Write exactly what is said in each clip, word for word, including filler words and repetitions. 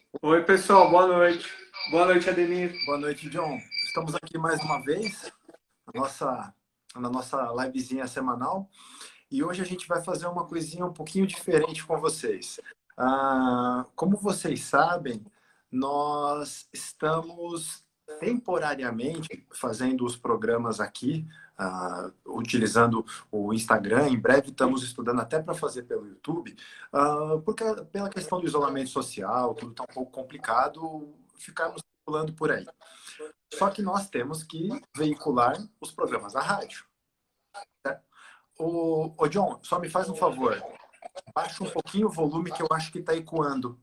Oi, pessoal, boa noite. Boa noite, Ademir. Boa noite, John. Estamos aqui mais uma vez na nossa, na nossa livezinha semanal e hoje a gente vai fazer uma coisinha um pouquinho diferente com vocês. Ah, como vocês sabem, nós estamos temporariamente fazendo os programas aqui, ah, utilizando o Instagram. Em breve estamos estudando até para fazer pelo YouTube, ah, porque pela questão do isolamento social, tudo está um pouco complicado ficarmos circulando por aí. Só que nós temos que veicular os programas da rádio. Certo? O, o John, só me faz um favor. Baixa um pouquinho o volume que eu acho que está ecoando.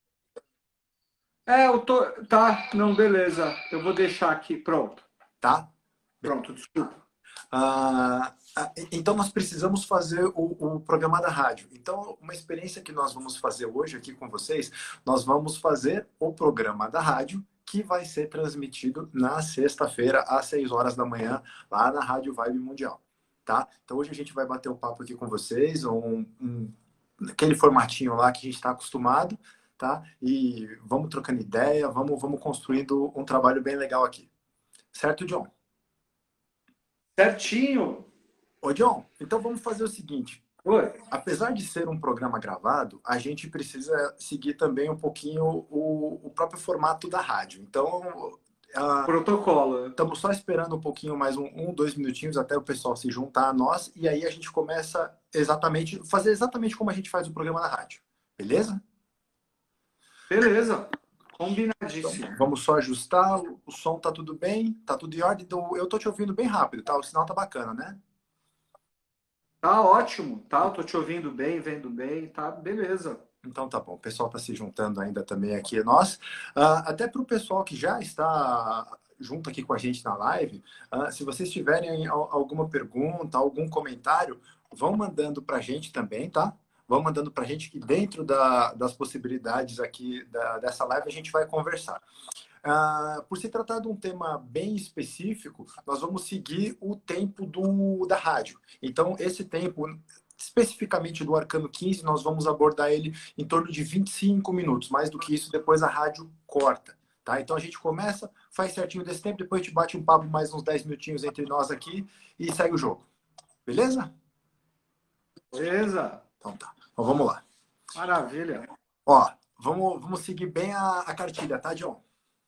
É, eu tô. Tá, não, beleza. Eu vou deixar aqui. Pronto. Tá? Pronto, desculpa. Ah, então, nós precisamos fazer o, o programa da rádio. Então, uma experiência que nós vamos fazer hoje aqui com vocês, nós vamos fazer o programa da rádio, que vai ser transmitido na sexta-feira, às seis horas da manhã, lá na Rádio Vibe Mundial. Tá? Então, hoje a gente vai bater um papo aqui com vocês, um, um, aquele formatinho lá que a gente está acostumado, tá? E vamos trocando ideia, vamos, vamos construindo um trabalho bem legal aqui. Certo, John? Certinho. Ô, John, então vamos fazer o seguinte. Oi. Apesar de ser um programa gravado, a gente precisa seguir também um pouquinho o, o próprio formato da rádio. Então, uh, Protocolo. estamos só esperando um pouquinho, mais um, um, dois minutinhos até o pessoal se juntar a nós, e aí a gente começa exatamente, fazer exatamente como a gente faz o programa na rádio. Beleza? Beleza. Combinadíssimo. Então, vamos só ajustar, o som tá tudo bem, tá tudo em ordem. Então, eu tô te ouvindo bem rápido, tá? O sinal tá bacana, né? Tá ótimo, tá? Eu tô te ouvindo bem, vendo bem, tá? Beleza. Então tá bom, o pessoal está se juntando ainda também aqui a nós. Uh, até para o pessoal que já está junto aqui com a gente na live, uh, se vocês tiverem alguma pergunta, algum comentário, vão mandando para a gente também, tá? Vão mandando para a gente que dentro da, das possibilidades aqui da, dessa live a gente vai conversar. Uh, por se tratar de um tema bem específico, nós vamos seguir o tempo do, da rádio. Então, esse tempo, especificamente do Arcano quinze, nós vamos abordar ele em torno de vinte e cinco minutos. Mais do que isso, depois a rádio corta. Tá? Então, a gente começa, faz certinho desse tempo, depois a gente bate um papo mais uns dez minutinhos entre nós aqui e segue o jogo. Beleza? Beleza. Então tá. Então, vamos lá. Maravilha. Ó, vamos, vamos seguir bem a, a cartilha, tá, John?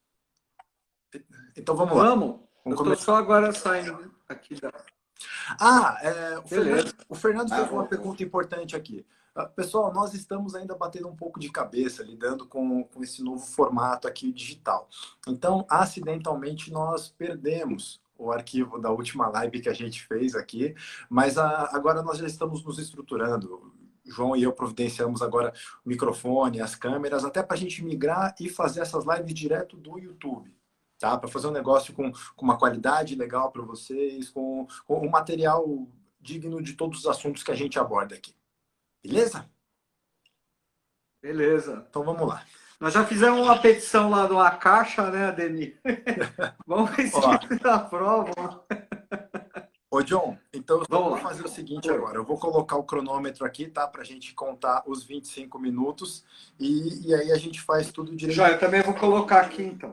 Então vamos lá. Vamos. Vamos Eu tô só agora saindo aqui da... Ah, é, o, Fernando, o Fernando fez ah, uma pergunta importante aqui. Pessoal, nós estamos ainda batendo um pouco de cabeça, lidando com, com esse novo formato aqui digital. Então, acidentalmente, nós perdemos o arquivo da última live que a gente fez aqui, mas a, agora nós já estamos nos estruturando. João e eu providenciamos agora o microfone, as câmeras, até para a gente migrar e fazer essas lives direto do YouTube. Tá? Para fazer um negócio com, com uma qualidade legal para vocês, com, com um material digno de todos os assuntos que a gente aborda aqui. Beleza? Beleza. Então vamos lá. Nós já fizemos uma petição lá numa caixa, né, Ademir? Vamos ver se dá prova. Ô, John, então eu vou fazer o seguinte agora. Eu vou colocar o cronômetro aqui, tá? Para a gente contar os vinte e cinco minutos e, e aí a gente faz tudo direito. Já, eu também vou colocar aqui, então.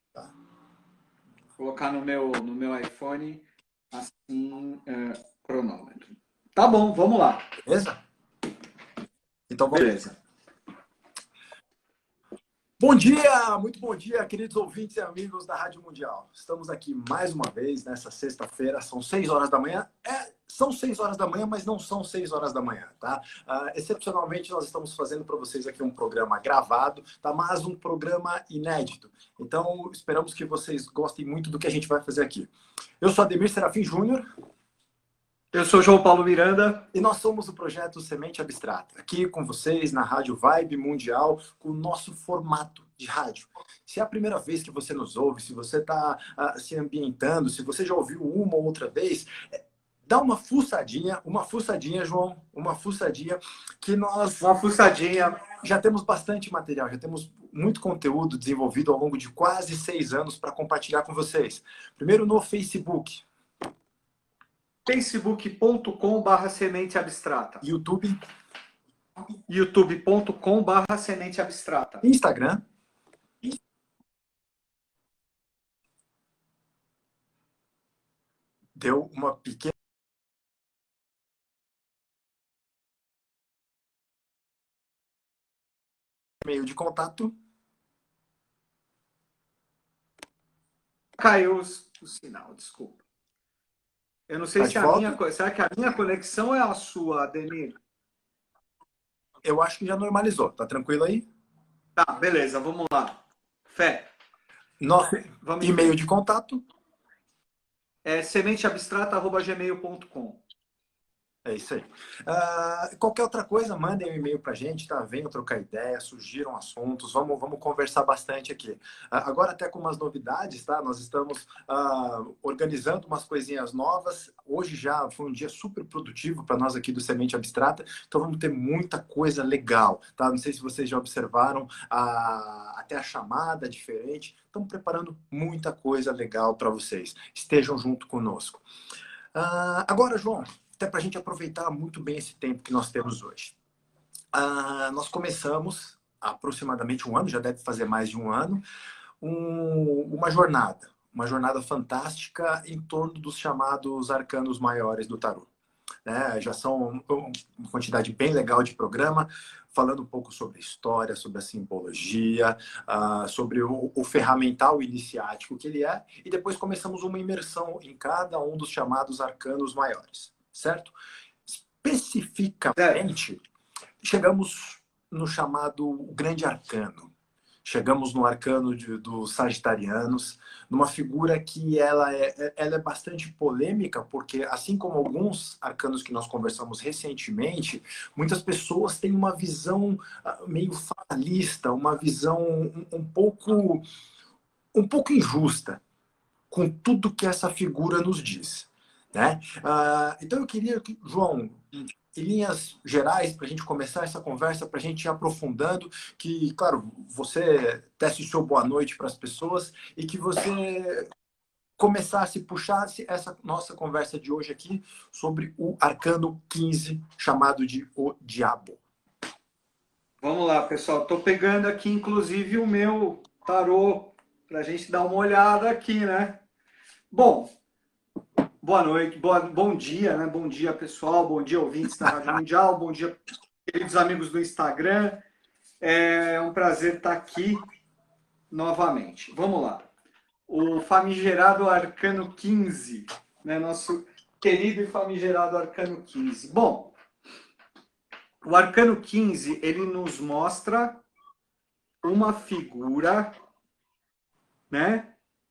Colocar no meu, no meu iPhone, assim, é, cronômetro. Tá bom, vamos lá. Beleza? Então vamos. Beleza. Bom dia, muito bom dia, queridos ouvintes e amigos da Rádio Mundial. Estamos aqui mais uma vez nessa sexta-feira, são seis horas da manhã. É, são seis horas da manhã, mas não são seis horas da manhã, tá? Uh, excepcionalmente, nós estamos fazendo para vocês aqui um programa gravado, tá? Mas um programa inédito. Então, esperamos que vocês gostem muito do que a gente vai fazer aqui. Eu sou Ademir Serafim Júnior. Eu sou João Paulo Miranda. E nós somos o projeto Semente Abstrata, aqui com vocês na Rádio Vibe Mundial, com o nosso formato de rádio. Se é a primeira vez que você nos ouve, se você está uh, se ambientando, se você já ouviu uma ou outra vez, é, dá uma fuçadinha, uma fuçadinha, João, uma fuçadinha, que nós... Uma fuçadinha. Já temos bastante material, já temos muito conteúdo desenvolvido ao longo de quase seis anos para compartilhar com vocês. Primeiro no Facebook. facebook ponto com barra semente abstrata. YouTube. youtube ponto com barra semente abstrata. Instagram. deu uma pequena e-mail de contato. Caiu o sinal, desculpa. Eu não sei Tá se de a volta? minha... Será que a minha conexão é a sua, Ademir? Eu acho que já normalizou. Tá tranquilo aí? Tá, beleza, vamos lá. Fé. Nosso Vamos em e-mail frente. de contato. É sementeabstrata arroba gmail ponto com. É isso aí. Uh, qualquer outra coisa, mandem um e-mail para a gente, tá? Venham trocar ideia, surgiram assuntos, vamos, vamos conversar bastante aqui. Uh, agora até com umas novidades, tá? Nós estamos uh, organizando umas coisinhas novas. Hoje já foi um dia super produtivo para nós aqui do Semente Abstrata, então vamos ter muita coisa legal, tá? Não sei se vocês já observaram a, até a chamada diferente. Estamos preparando muita coisa legal para vocês. Estejam junto conosco. Uh, agora, João, até para a gente aproveitar muito bem esse tempo que nós temos hoje. Ah, nós começamos há aproximadamente um ano, já deve fazer mais de um ano, um, uma jornada, uma jornada fantástica em torno dos chamados arcanos maiores do tarô. É, já são uma quantidade bem legal de programa, falando um pouco sobre história, sobre a simbologia, uh, sobre o, o ferramental iniciático que ele é, e depois começamos uma imersão em cada um dos chamados arcanos maiores. Certo? Especificamente, chegamos no chamado Grande Arcano. Chegamos no arcano de, dos Sagitarianos, numa figura que ela é, ela é bastante polêmica, porque assim como alguns arcanos que nós conversamos recentemente, muitas pessoas têm uma visão meio fatalista, uma visão um, um pouco um pouco injusta com tudo que essa figura nos diz. Né? Uh, então eu queria que, João, em linhas gerais, para a gente começar essa conversa, para a gente ir aprofundando, que, claro, você desse o seu boa noite para as pessoas e que você começasse, puxasse essa nossa conversa de hoje aqui sobre o Arcano quinze, chamado de O Diabo. Vamos lá, pessoal. Estou pegando aqui, inclusive, o meu tarô, para a gente dar uma olhada aqui, né? Bom, boa noite, boa, bom dia, né? Bom dia, pessoal, bom dia, ouvintes da Rádio Mundial, bom dia, queridos amigos do Instagram. É um prazer estar aqui novamente. Vamos lá. O famigerado Arcano quinze, né? Nosso querido e famigerado Arcano quinze. Bom, o Arcano quinze, ele nos mostra uma figura, né?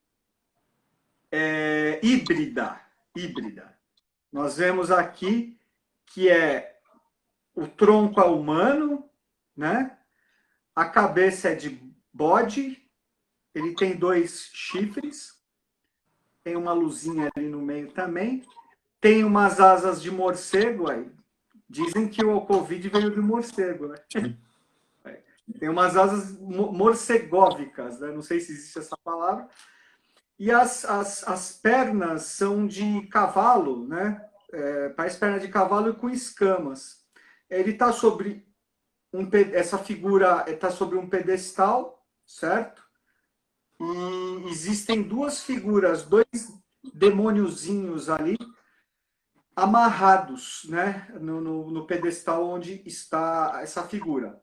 É, híbrida, híbrida. Nós vemos aqui que é o tronco é humano, né? A cabeça é de bode, ele tem dois chifres, tem uma luzinha ali no meio também, tem umas asas de morcego aí. Dizem que o Covid veio de morcego, né? Tem umas asas morcegóvicas, né? Não sei se existe essa palavra. E as, as, as pernas são de cavalo, né? É, parece perna de cavalo com escamas. Ele está sobre um, essa figura está sobre um pedestal, certo? E existem duas figuras, dois demôniozinhos ali amarrados, né? No, no, no pedestal onde está essa figura.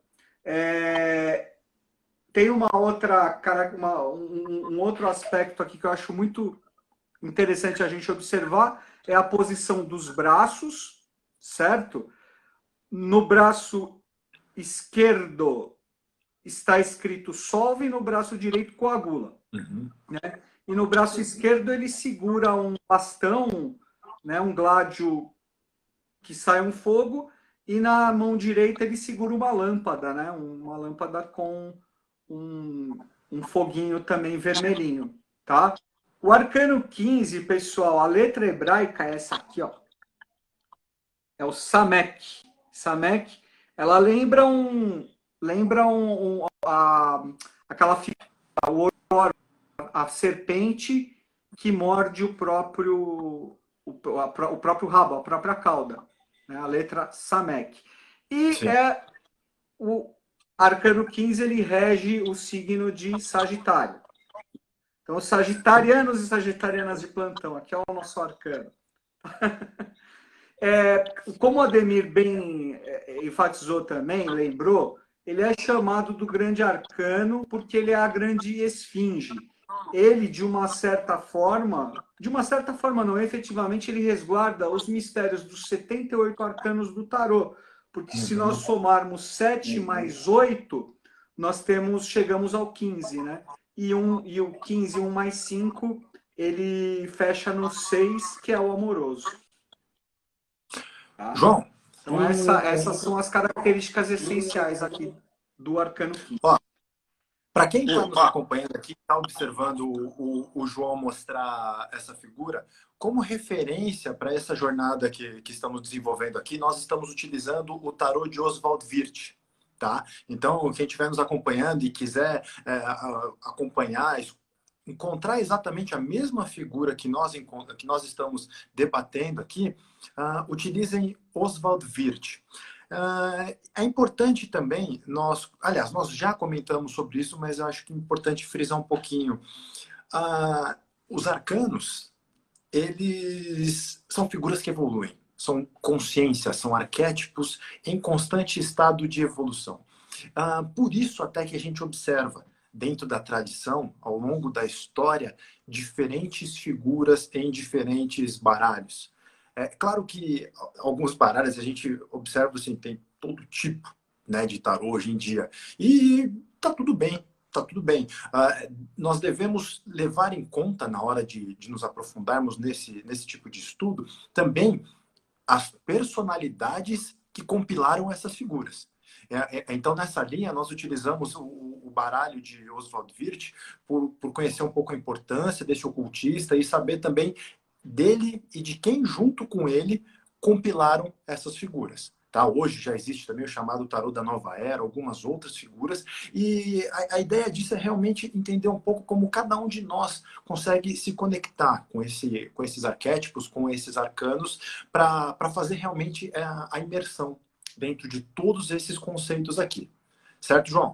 É, tem uma outra, uma, um, um outro aspecto aqui que eu acho muito interessante a gente observar, é a posição dos braços, certo? No braço esquerdo está escrito solve, e no braço direito coagula. Uhum. Né? E no braço esquerdo ele segura um bastão, né? Um gládio que sai um fogo, e na mão direita ele segura uma lâmpada, né? Uma lâmpada com um, um foguinho também vermelhinho, tá? O Arcano quinze, pessoal, a letra hebraica é essa aqui, ó. É o Samek. Samek, ela lembra um... Lembra um, um, a, aquela figura, a serpente que morde o próprio, o, a, o próprio rabo, a própria cauda. Né? A letra Samek. E Sim. é o Arcano quinze, ele rege o signo de Sagitário. Então, os sagitarianos e sagitarianas de plantão, aqui é o nosso arcano. É, como o Ademir bem é, enfatizou também, lembrou, ele é chamado do grande arcano porque ele é a grande esfinge. Ele, de uma certa forma, de uma certa forma não, efetivamente ele resguarda os mistérios dos setenta e oito arcanos do tarô, porque se nós somarmos sete mais oito, nós temos, chegamos ao quinze, né? E, um, e o quinze, um mais cinco, ele fecha no seis, que é o amoroso. Tá? João, Então, essa, essas são as características essenciais aqui do arcano quinze. Para quem está nos acompanhando aqui, está observando o, o, o João mostrar essa figura, como referência para essa jornada que, que estamos desenvolvendo aqui, nós estamos utilizando o tarô de Oswald Wirth. Tá? Então, quem estiver nos acompanhando e quiser é, acompanhar, encontrar exatamente a mesma figura que nós, que nós estamos debatendo aqui, uh, utilizem Oswald Wirth. Uh, é importante também, nós, aliás, nós já comentamos sobre isso, mas eu acho que é importante frisar um pouquinho. Uh, os arcanos, eles são figuras que evoluem, são consciências, são arquétipos em constante estado de evolução. Uh, por isso até que a gente observa, dentro da tradição, ao longo da história, diferentes figuras em diferentes baralhos. É claro que alguns baralhos a gente observa assim, tem todo tipo, né, de tarô hoje em dia. E tá tudo bem, tá tudo bem. Uh, nós devemos levar em conta, na hora de, de nos aprofundarmos nesse, nesse tipo de estudo, também as personalidades que compilaram essas figuras. É, é, então, nessa linha, nós utilizamos o, o baralho de Oswald Wirth por, por conhecer um pouco a importância desse ocultista e saber também dele e de quem, junto com ele, compilaram essas figuras. Tá? Hoje já existe também o chamado Tarô da Nova Era, algumas outras figuras, e a, a ideia disso é realmente entender um pouco como cada um de nós consegue se conectar com, esse, com esses arquétipos, com esses arcanos, para fazer realmente a, a imersão dentro de todos esses conceitos aqui. Certo, João?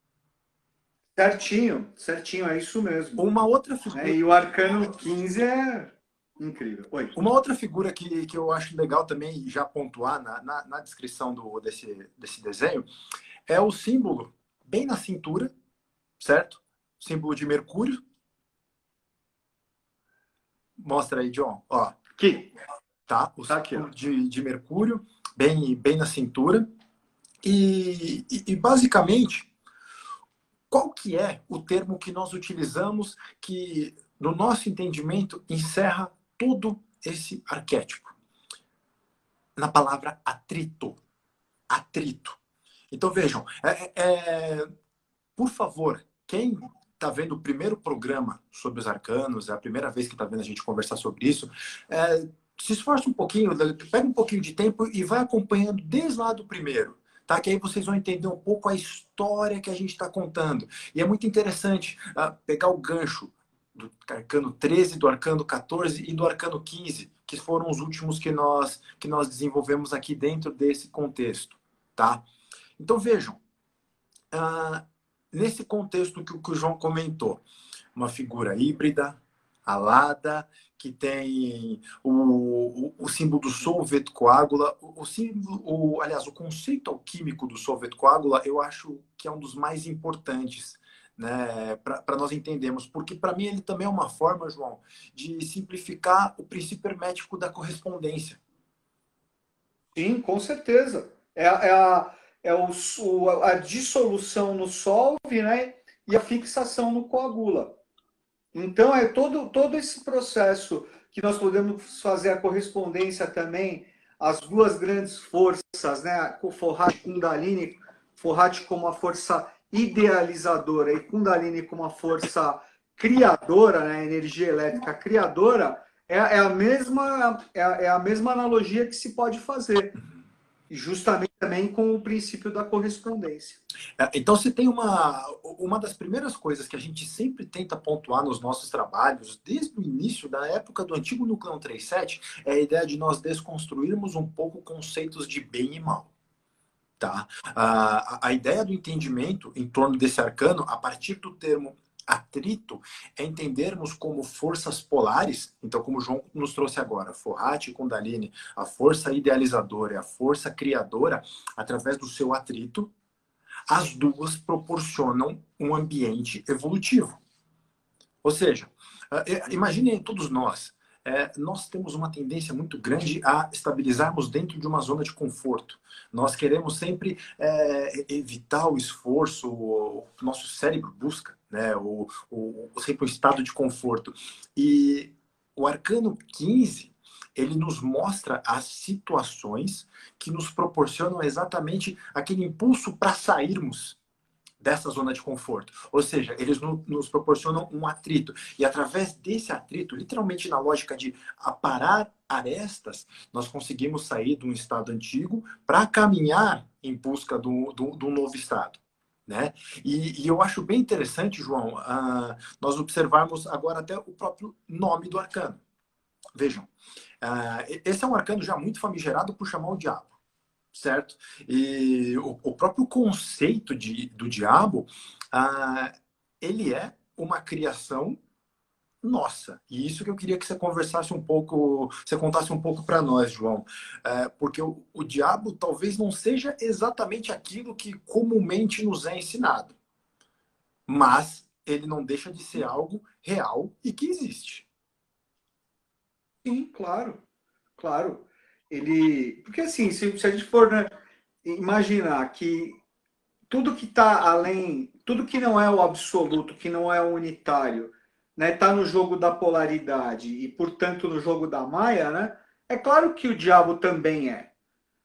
Certinho, certinho, é isso mesmo. Uma outra figura... É, e o arcano quinze é incrível. Oi. Uma outra figura que, que eu acho legal também já pontuar na, na, na descrição do, desse, desse desenho é o símbolo bem na cintura, certo? Símbolo de Mercúrio. Mostra aí, John. Ó, aqui. Tá? O tá símbolo aqui, de, de Mercúrio, bem, bem na cintura. E, e, e basicamente, qual que é o termo que nós utilizamos que, no nosso entendimento, encerra todo esse arquétipo? Na palavra atrito. Atrito. Então, vejam, é, é, por favor, quem está vendo o primeiro programa sobre os arcanos, é a primeira vez que está vendo a gente conversar sobre isso, é, se esforce um pouquinho, pega um pouquinho de tempo e vai acompanhando desde lá do primeiro. Tá? Que aí vocês vão entender um pouco a história que a gente está contando. E é muito interessante uh, pegar o gancho do arcano treze, do arcano quatorze e do arcano quinze, que foram os últimos que nós, que nós desenvolvemos aqui dentro desse contexto. Tá? Então vejam, uh, nesse contexto que, que o João comentou, uma figura híbrida, alada, que tem o, o, o símbolo do solveto coágula, o, o símbolo, o, aliás, o conceito alquímico do solveto coágula, eu acho que é um dos mais importantes, né, para nós entendermos, porque para mim ele também é uma forma, João, de simplificar o princípio hermético da correspondência. Sim, com certeza. É, é, a, é o, a dissolução no solve, né, e a fixação no coagula. Então, é todo, todo esse processo que nós podemos fazer a correspondência também às duas grandes forças, né? O Forhat e Kundalini, Forhat como a força idealizadora e Kundalini como a força criadora, né? Energia elétrica criadora, é, é, a mesma, é, é a mesma analogia que se pode fazer. Justamente também com o princípio da correspondência. Então, se tem uma, uma das primeiras coisas que a gente sempre tenta pontuar nos nossos trabalhos, desde o início, da época do antigo Núcleo trinta e sete, é a ideia de nós desconstruirmos um pouco conceitos de bem e mal. Tá? A, a ideia do entendimento em torno desse arcano, a partir do termo Atrito é entendermos como forças polares, então como o João nos trouxe agora, Fohat e Kundalini, a força idealizadora e a força criadora, através do seu atrito, as duas proporcionam um ambiente evolutivo. Ou seja, imaginem todos nós, é, nós temos uma tendência muito grande a estabilizarmos dentro de uma zona de conforto. Nós queremos sempre é, evitar o esforço, o nosso cérebro busca, né, o, o, sempre o estado de conforto. E o Arcano quinze, ele nos mostra as situações que nos proporcionam exatamente aquele impulso para sairmos dessa zona de conforto. Ou seja, eles no, nos proporcionam um atrito. E através desse atrito, literalmente na lógica de aparar arestas, nós conseguimos sair de um estado antigo para caminhar em busca do, do, do novo estado. Né? E, e eu acho bem interessante, João, uh, nós observarmos agora até o próprio nome do arcano. Vejam, uh, esse é um arcano já muito famigerado por chamar o diabo. Certo? E o, o próprio conceito de, do diabo, ah, ele é uma criação nossa. E isso que eu queria que você conversasse um pouco, você contasse um pouco para nós, João. É, porque o, o diabo talvez não seja exatamente aquilo que comumente nos é ensinado. Mas ele não deixa de ser algo real e que existe. Sim, claro. Claro. Ele. Porque assim, se, se a gente for, né, imaginar que tudo que está além, tudo que não é o absoluto, que não é o unitário, né, está no jogo da polaridade e, portanto, no jogo da Maia, né? É claro que o diabo também é.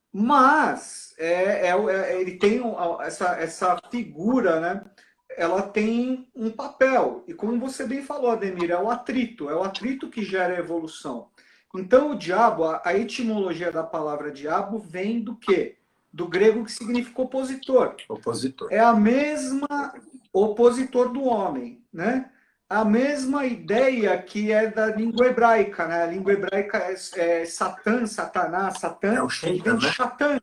Mas é, é, é, ele tem um, essa, essa figura, né? Ela tem um papel. E como você bem falou, Ademir, é o atrito. É o atrito que gera a evolução. Então, o diabo, a, a etimologia da palavra diabo vem do quê? Do grego, que significa opositor. Opositor. É a mesma opositor do homem, né? A mesma ideia que é da língua hebraica, né? A língua hebraica é, é Satã, Satanás, Satã, É o Shaitan, vem de né? Satã.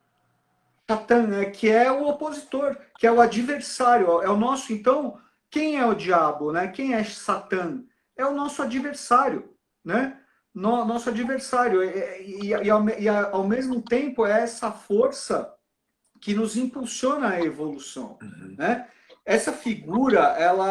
Satã, né? Que é o opositor, que é o adversário, é o nosso. Então, quem é o diabo, né? Quem é Satã? É o nosso adversário, né? No, nosso adversário. E, e, e, ao, e ao mesmo tempo é essa força que nos impulsiona a evolução, Uhum. né? Essa figura,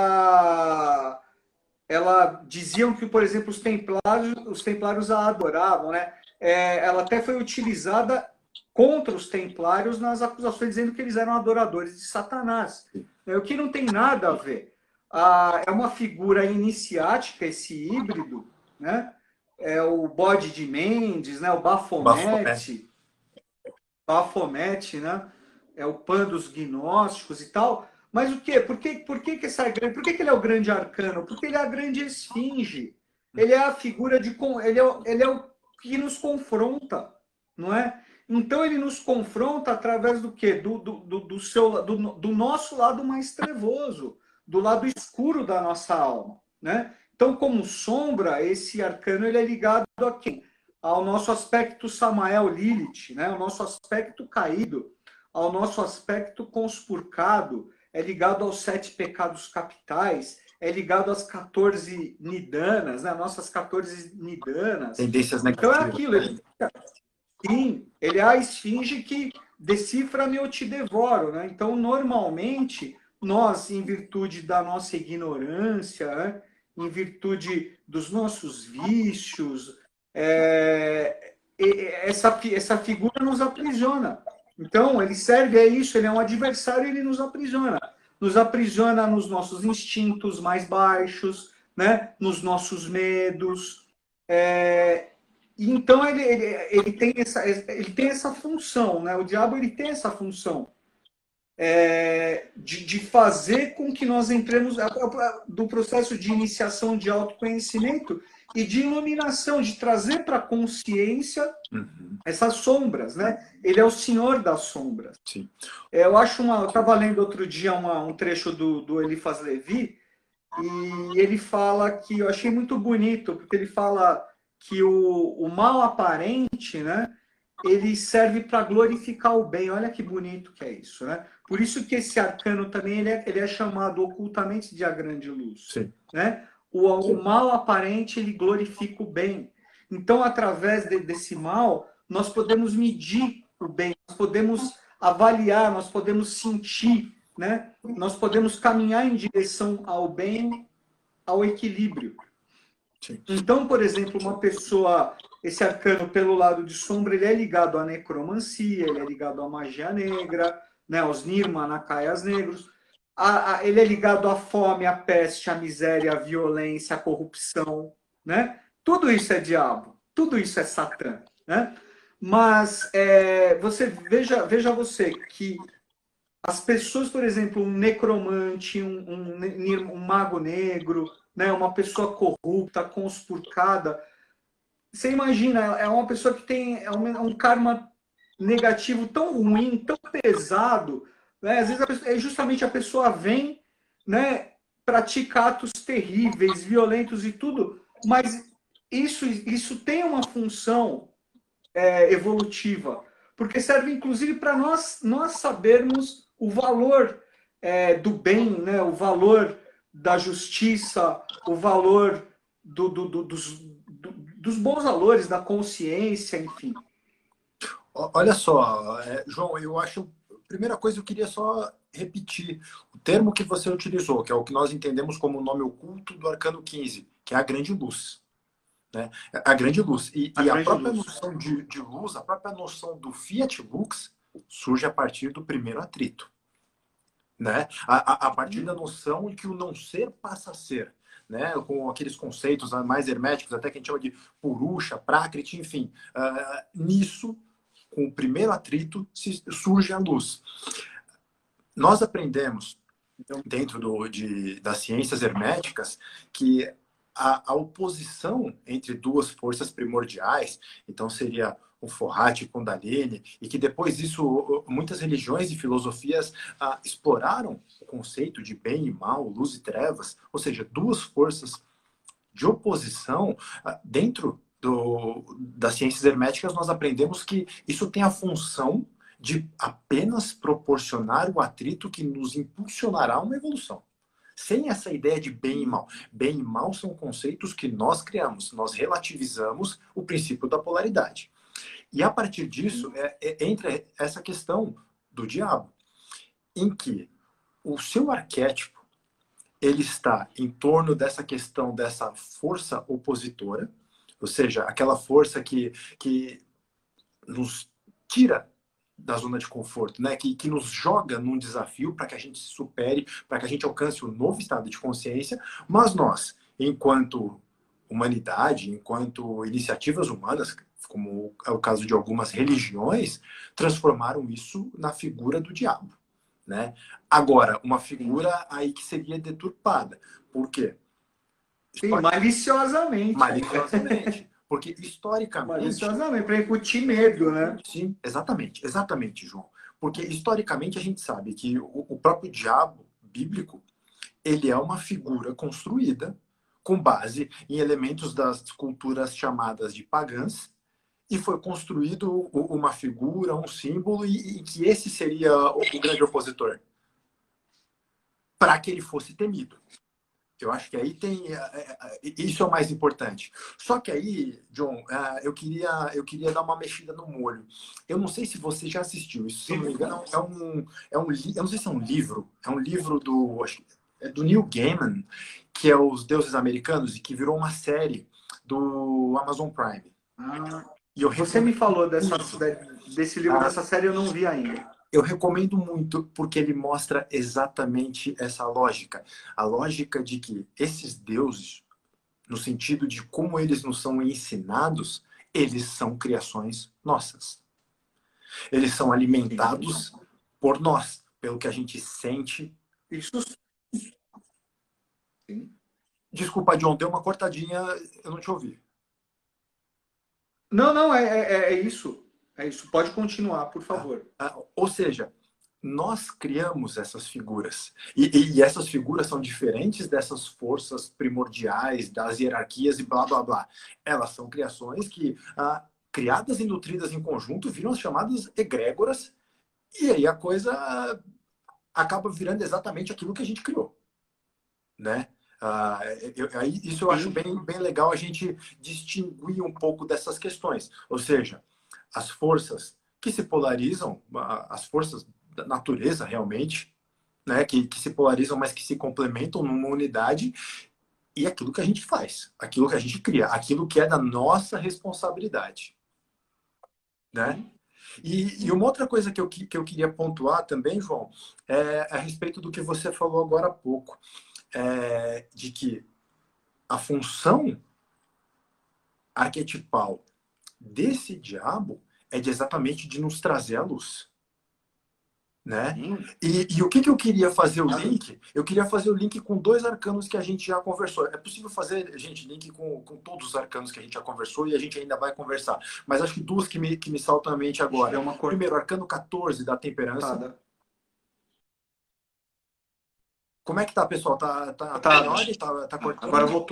ela, ela diziam que, por exemplo, os templários, os templários a adoravam, né? É, ela até foi utilizada contra os templários nas acusações, dizendo que eles eram adoradores de Satanás, é, o que não tem nada a ver. Ah, é uma figura iniciática, esse híbrido, né? É o bode de Mendes, né? O Bafomete, Bafomete, né? É o Pan dos gnósticos e tal. Mas o quê? Por que, por que, que essa grande, por que, que ele é o grande arcano? Porque ele é a grande esfinge. Ele é a figura de. Ele é, ele é o que nos confronta, não é? Então ele nos confronta através do quê? Do, do, do, do, seu, do, do nosso lado mais trevoso, do lado escuro da nossa alma, né? Então, como sombra, esse arcano ele é ligado a quem? Ao nosso aspecto Samael Lilith, né? O nosso aspecto caído, ao nosso aspecto conspurcado, é ligado aos sete pecados capitais, é ligado às quatorze nidanas, né? Nossas quatorze nidanas. Tendências negativas. Então é aquilo, ele, sim, ele é a esfinge que decifra-me eu te devoro, né? Então, normalmente, nós, em virtude da nossa ignorância, né? Em virtude dos nossos vícios, é, essa, essa figura nos aprisiona. Então, ele serve a isso, ele é um adversário, ele nos aprisiona. Nos aprisiona nos nossos instintos mais baixos, né? Nos nossos medos. É, então, ele, ele, ele, tem essa, ele tem essa função, né? O diabo ele tem essa função é, de, de fazer com que nós entremos do processo de iniciação de autoconhecimento e de iluminação, de trazer para a consciência uhum. essas sombras, né? Ele é o senhor das sombras. Sim. É, eu acho uma. Eu estava lendo outro dia uma, um trecho do, do Eliphas Levi, e ele fala que eu achei muito bonito, porque ele fala que o, o mal aparente, né? Ele serve para glorificar o bem. Olha que bonito que é isso, né? Por isso que esse arcano também ele é, ele é chamado ocultamente de a grande luz. Sim. Né? O, o mal aparente ele glorifica o bem. Então, através de, desse mal, nós podemos medir o bem, nós podemos avaliar, nós podemos sentir, né? Nós podemos caminhar em direção ao bem, ao equilíbrio. Sim. Então, por exemplo, uma pessoa, esse arcano pelo lado de sombra, ele é ligado à necromancia, ele é ligado à magia negra, né, aos nirmanakayas negros. A, a, ele é ligado à fome, à peste, à miséria, à violência, à corrupção, né? Tudo isso é diabo, tudo isso é Satã, né? Mas é, você veja, veja você que as pessoas, por exemplo, um necromante, um, um, um mago negro, né, uma pessoa corrupta, conspurcada, você imagina, é uma pessoa que tem é um, é um karma negativo tão ruim, tão pesado, né? Às vezes a pessoa, é justamente a pessoa vem, né, pratica atos terríveis, violentos e tudo, mas isso, isso tem uma função é, evolutiva, porque serve inclusive para nós, nós sabermos o valor é, do bem, né, o valor da justiça, o valor do, do, do, dos, do, dos bons valores, da consciência, enfim. Olha só, é, João, eu acho. Primeira coisa, eu queria só repetir o termo que você utilizou, que é o que nós entendemos como o nome oculto do Arcano quinze, que é a grande luz. Né? A grande luz. E a, e a própria luz. noção de, de luz, a própria noção do Fiat Lux surge a partir do primeiro atrito. Né? A, a, a partir da noção de que o não ser passa a ser. Né? Com aqueles conceitos mais herméticos, até que a gente chama de Purusha, Prakriti, enfim. Uh, nisso, com o primeiro atrito, se, surge a luz. Nós aprendemos, dentro do, de, das ciências herméticas, que a, a oposição entre duas forças primordiais, então seria o Forrat e o Kundalini, e que depois disso muitas religiões e filosofias ah, exploraram o conceito de bem e mal, luz e trevas, ou seja, duas forças de oposição. Ah, dentro do, das ciências herméticas nós aprendemos que isso tem a função de apenas proporcionar o atrito que nos impulsionará a uma evolução. Sem essa ideia de bem e mal. Bem e mal são conceitos que nós criamos, nós relativizamos o princípio da polaridade. E a partir disso, é, é, entra essa questão do diabo, em que o seu arquétipo ele está em torno dessa questão dessa força opositora, ou seja, aquela força que, que nos tira da zona de conforto, né? que, que nos joga num desafio para que a gente se supere, para que a gente alcance um novo estado de consciência, mas nós, enquanto humanidade, enquanto iniciativas humanas, como é o caso de algumas religiões, transformaram isso na figura do diabo. Né? Agora, uma figura aí que seria deturpada. Por quê? Sim, maliciosamente. Maliciosamente. Porque historicamente... Maliciosamente, para incutir medo, né? Sim, exatamente. Exatamente, João. Porque historicamente a gente sabe que o, o próprio diabo bíblico, ele é uma figura construída com base em elementos das culturas chamadas de pagãs, e foi construído uma figura, um símbolo, e, e que esse seria o, o grande opositor. Para que ele fosse temido. Eu acho que aí tem... Isso é o mais importante. Só que aí, John, eu queria, eu queria dar uma mexida no molho. Eu não sei se você já assistiu. Isso, se não me engano, é um... É um eu não sei se é um livro. É um livro do... É do Neil Gaiman, que é Os Deuses Americanos, e que virou uma série do Amazon Prime. Ah, e eu você me falou dessa, desse livro, ah, dessa série, eu não vi ainda. Eu recomendo muito porque ele mostra exatamente essa lógica. A lógica de que esses deuses, no sentido de como eles nos são ensinados, eles são criações nossas. Eles são alimentados por nós, pelo que a gente sente. Isso. Desculpa, John, deu uma cortadinha, eu não te ouvi. Não, não, é, é, é isso. É isso. Pode continuar, por favor. Ah, ah, ou seja, nós criamos essas figuras. E, e, e essas figuras são diferentes dessas forças primordiais, das hierarquias e blá, blá, blá. Elas são criações que, ah, criadas e nutridas em conjunto, viram as chamadas egrégoras. E aí a coisa acaba virando exatamente aquilo que a gente criou, né? Ah, eu, aí, isso eu acho bem, bem legal a gente distinguir um pouco dessas questões. Ou seja, as forças que se polarizam, as forças da natureza realmente, né, que, que se polarizam, mas que se complementam numa unidade, e aquilo que a gente faz, aquilo que a gente cria, aquilo que é da nossa responsabilidade, né? E, e uma outra coisa que eu, que eu queria pontuar também, João, é a respeito do que você falou agora há pouco, é, de que a função arquetipal desse diabo é de exatamente de nos trazer a luz, né? E, e o que, que eu queria fazer o link? Eu queria fazer o link com dois arcanos que a gente já conversou. É possível fazer, gente, link com, com todos os arcanos que a gente já conversou e a gente ainda vai conversar. Mas acho que duas que me, que me saltam à mente agora. É uma cor... Primeiro, arcano quatorze da temperança. Tá. Como é que tá, pessoal? Tá, tá, tá, tá, ordem? tá, tá cortando? Agora voltou.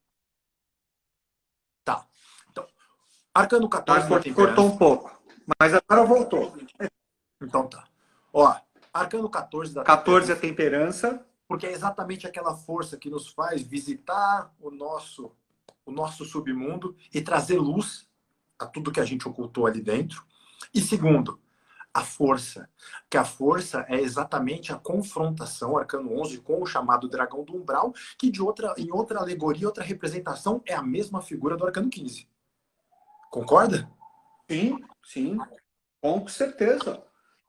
Tá. Então, arcano quatorze da temperança. Cortou um pouco, mas agora voltou. Então tá. Ó, arcano quatorze da quatorze é temperança. Porque é exatamente aquela força que nos faz visitar o nosso, o nosso submundo e trazer luz a tudo que a gente ocultou ali dentro. E segundo, a força. Que a força é exatamente a confrontação, arcano onze, com o chamado dragão do umbral, que de outra, em outra alegoria, outra representação, é a mesma figura do arcano quinze. Concorda? Sim, sim. Com certeza.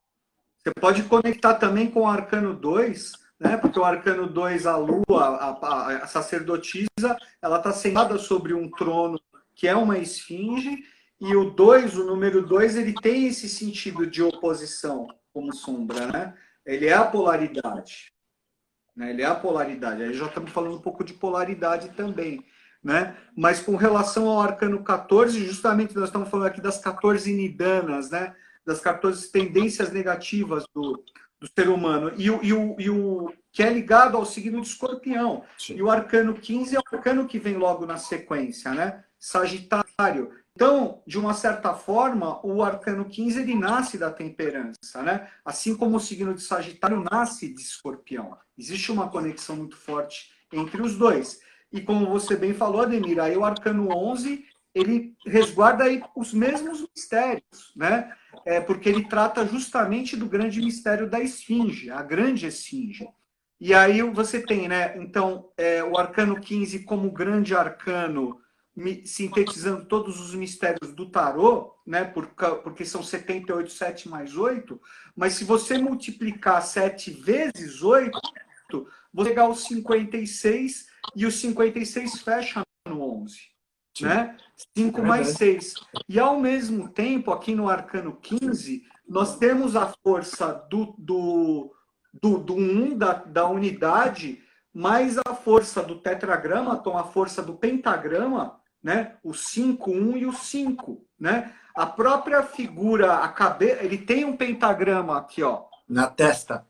Você pode conectar também com o arcano dois, né? Porque o arcano dois, a lua, a, a, a sacerdotisa, ela está sentada sobre um trono que é uma esfinge, e o dois, o número dois, ele tem esse sentido de oposição como sombra, né? Ele é a polaridade. Né? Ele é a polaridade. Aí já estamos falando um pouco de polaridade também, né? Mas com relação ao arcano quatorze, justamente nós estamos falando aqui das quatorze nidanas, né? Das quatorze tendências negativas do, do ser humano, e o, e, o, e o que é ligado ao signo de Escorpião. Sim. E o arcano quinze é o arcano que vem logo na sequência, né? Sagitário. Então, de uma certa forma, o arcano quinze ele nasce da temperança, né? Assim como o signo de Sagitário nasce de Escorpião. Existe uma conexão muito forte entre os dois. E como você bem falou, Ademir, aí o arcano onze, ele resguarda aí os mesmos mistérios, né? É, porque ele trata justamente do grande mistério da esfinge, a grande esfinge. E aí você tem, né? Então, é, o arcano quinze como grande arcano, sintetizando todos os mistérios do tarô, né? Por, porque são setenta e oito, sete mais oito, mas se você multiplicar sete vezes oito, você pegar os cinquenta e seis, e os cinquenta e seis fecha no onze. Sim. Né? cinco mais seis. E ao mesmo tempo, aqui no arcano quinze, nós temos a força do, do, do, do um, da, da unidade, mais a força do tetragramaton, a força do pentagrama, né? O cinco, um e o cinco. Né? A própria figura, a cabeça, ele tem um pentagrama aqui, ó. Na testa.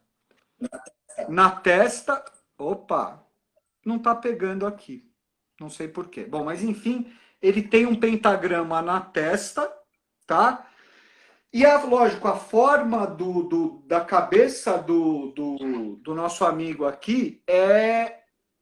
Na testa. Opa, não está pegando aqui. Não sei porquê. Bom, mas enfim, ele tem um pentagrama na testa, tá? E, a, lógico, a forma do, do, da cabeça do, do, do nosso amigo aqui é,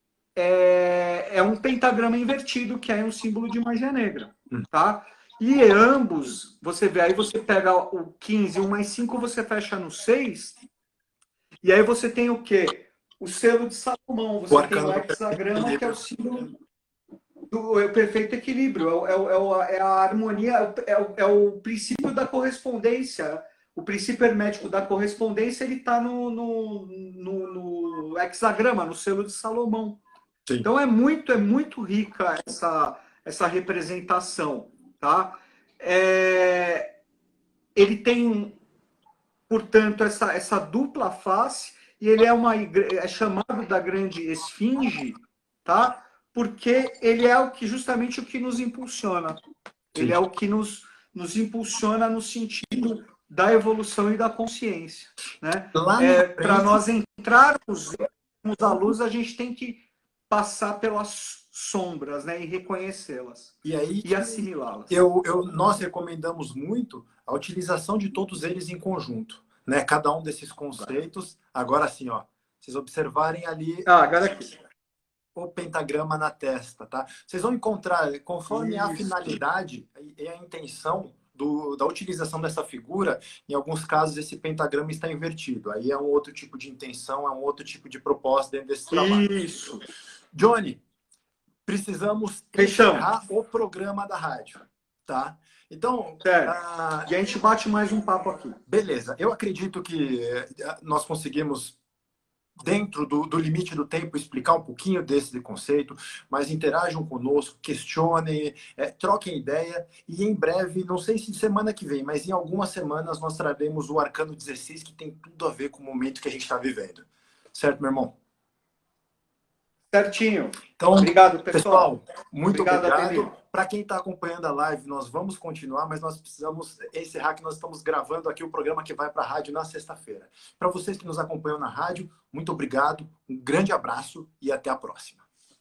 é, é um pentagrama invertido, que é um símbolo de magia negra, tá? E ambos, você vê, aí você pega o quinze, um mais cinco, você fecha no seis, e aí você tem o quê? O selo de Salomão, você o tem o hexagrama, que é o símbolo do é o perfeito equilíbrio, é, é, é a harmonia, é o, é o princípio da correspondência. O princípio hermético da correspondência, ele está no, no, no, no hexagrama, no selo de Salomão. Sim. Então é muito, é muito rica essa, essa representação. Tá? É, ele tem, portanto, essa, essa dupla face, e ele é, uma, é chamado da grande esfinge, tá? Porque ele é o que justamente o que nos impulsiona. Sim. Ele é o que nos, nos impulsiona no sentido da evolução e da consciência. Né? É, para nós entrarmos à luz, a gente tem que passar pelas sombras, né? E reconhecê-las. E, aí, e assimilá-las. Eu, eu, nós recomendamos muito a utilização de todos eles em conjunto. né, cada um desses conceitos. Agora sim, ó, vocês observarem ali Ah, agora aqui. o pentagrama na testa, tá? Vocês vão encontrar, conforme a Isso. finalidade e a intenção do, da utilização dessa figura, em alguns casos esse pentagrama está invertido. Aí é um outro tipo de intenção, é um outro tipo de propósito dentro desse trabalho. Isso. Johnny, precisamos Fechamos. encerrar o programa da rádio, tá? Então, Certo. ah, E a gente bate mais um papo aqui. beleza. Eu acredito que nós conseguimos, dentro do, do limite do tempo, explicar um pouquinho desse conceito, mas interajam conosco, questionem, é, troquem ideia, e em breve, não sei se semana que vem, mas em algumas semanas nós traremos o Arcano dezesseis, que tem tudo a ver com o momento que a gente está vivendo. Certo, meu irmão? Certinho. Então, obrigado, pessoal. pessoal, muito obrigado, obrigado. Para quem está acompanhando a live, nós vamos continuar, mas nós precisamos encerrar que nós estamos gravando aqui o programa que vai para a rádio na sexta-feira. Para vocês que nos acompanham na rádio, muito obrigado, um grande abraço e até a próxima.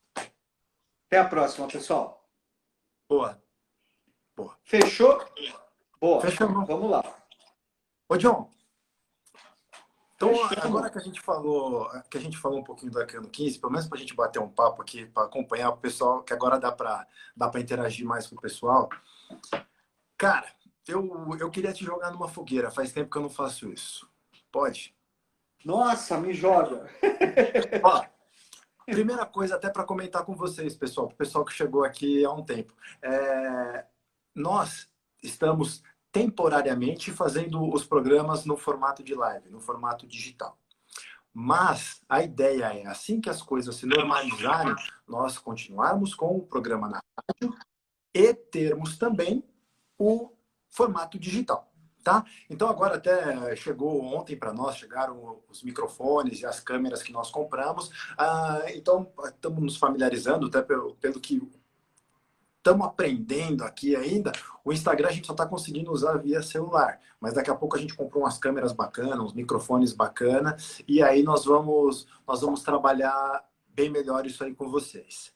Até a próxima, pessoal. Boa. Boa. Fechou? Boa. Fechamos. Vamos lá. Ô, John. Então, Fechamos. agora que a gente falou, que a gente falou um pouquinho do Arcano quinze, pelo menos para a gente bater um papo aqui, para acompanhar o pessoal, que agora dá para dá para interagir mais com o pessoal. Cara, eu, eu queria te jogar numa fogueira. Faz tempo que eu não faço isso. Pode? Nossa, me joga. Ó, primeira coisa, até para comentar com vocês, pessoal, o pessoal que chegou aqui há um tempo. É, nós estamos temporariamente fazendo os programas no formato de live, no formato digital. Mas a ideia é, assim que as coisas se normalizarem, nós continuarmos com o programa na rádio e termos também o formato digital, tá? Então agora até chegou ontem para nós, chegaram os microfones e as câmeras que nós compramos, ah, então estamos nos familiarizando, até pelo, pelo que estamos aprendendo aqui ainda. O Instagram a gente só está conseguindo usar via celular, mas daqui a pouco a gente comprou umas câmeras bacanas, uns microfones bacanas, e aí nós vamos, nós vamos trabalhar bem melhor isso aí com vocês.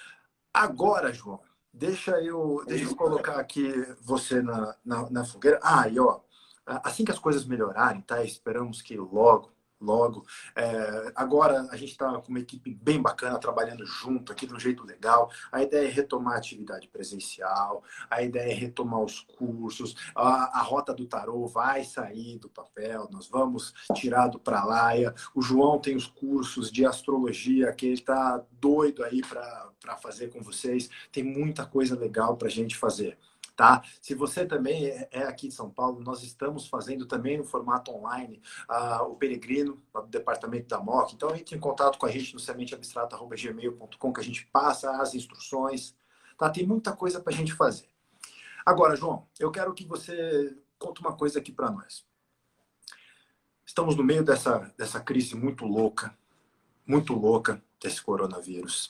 Agora, João, deixa eu, deixa eu colocar aqui você na, na, na fogueira. Ah, e ó, assim que as coisas melhorarem, tá? Esperamos que logo, logo. É, agora a gente está com uma equipe bem bacana, trabalhando junto aqui de um jeito legal. A ideia é retomar a atividade presencial, a ideia é retomar os cursos, a, a rota do tarô vai sair do papel, nós vamos tirar do Pralaia. O João tem os cursos de astrologia que ele está doido aí para fazer com vocês. Tem muita coisa legal para a gente fazer. Tá? Se você também é aqui de São Paulo, nós estamos fazendo também no formato online uh, o Peregrino, do departamento da M O C. Então, entre em contato com a gente no semente abstrata arroba gmail ponto com, que a gente passa as instruções. Tá? Tem muita coisa para a gente fazer. Agora, João, eu quero que você conte uma coisa aqui para nós. Estamos no meio dessa, dessa crise muito louca, muito louca desse coronavírus.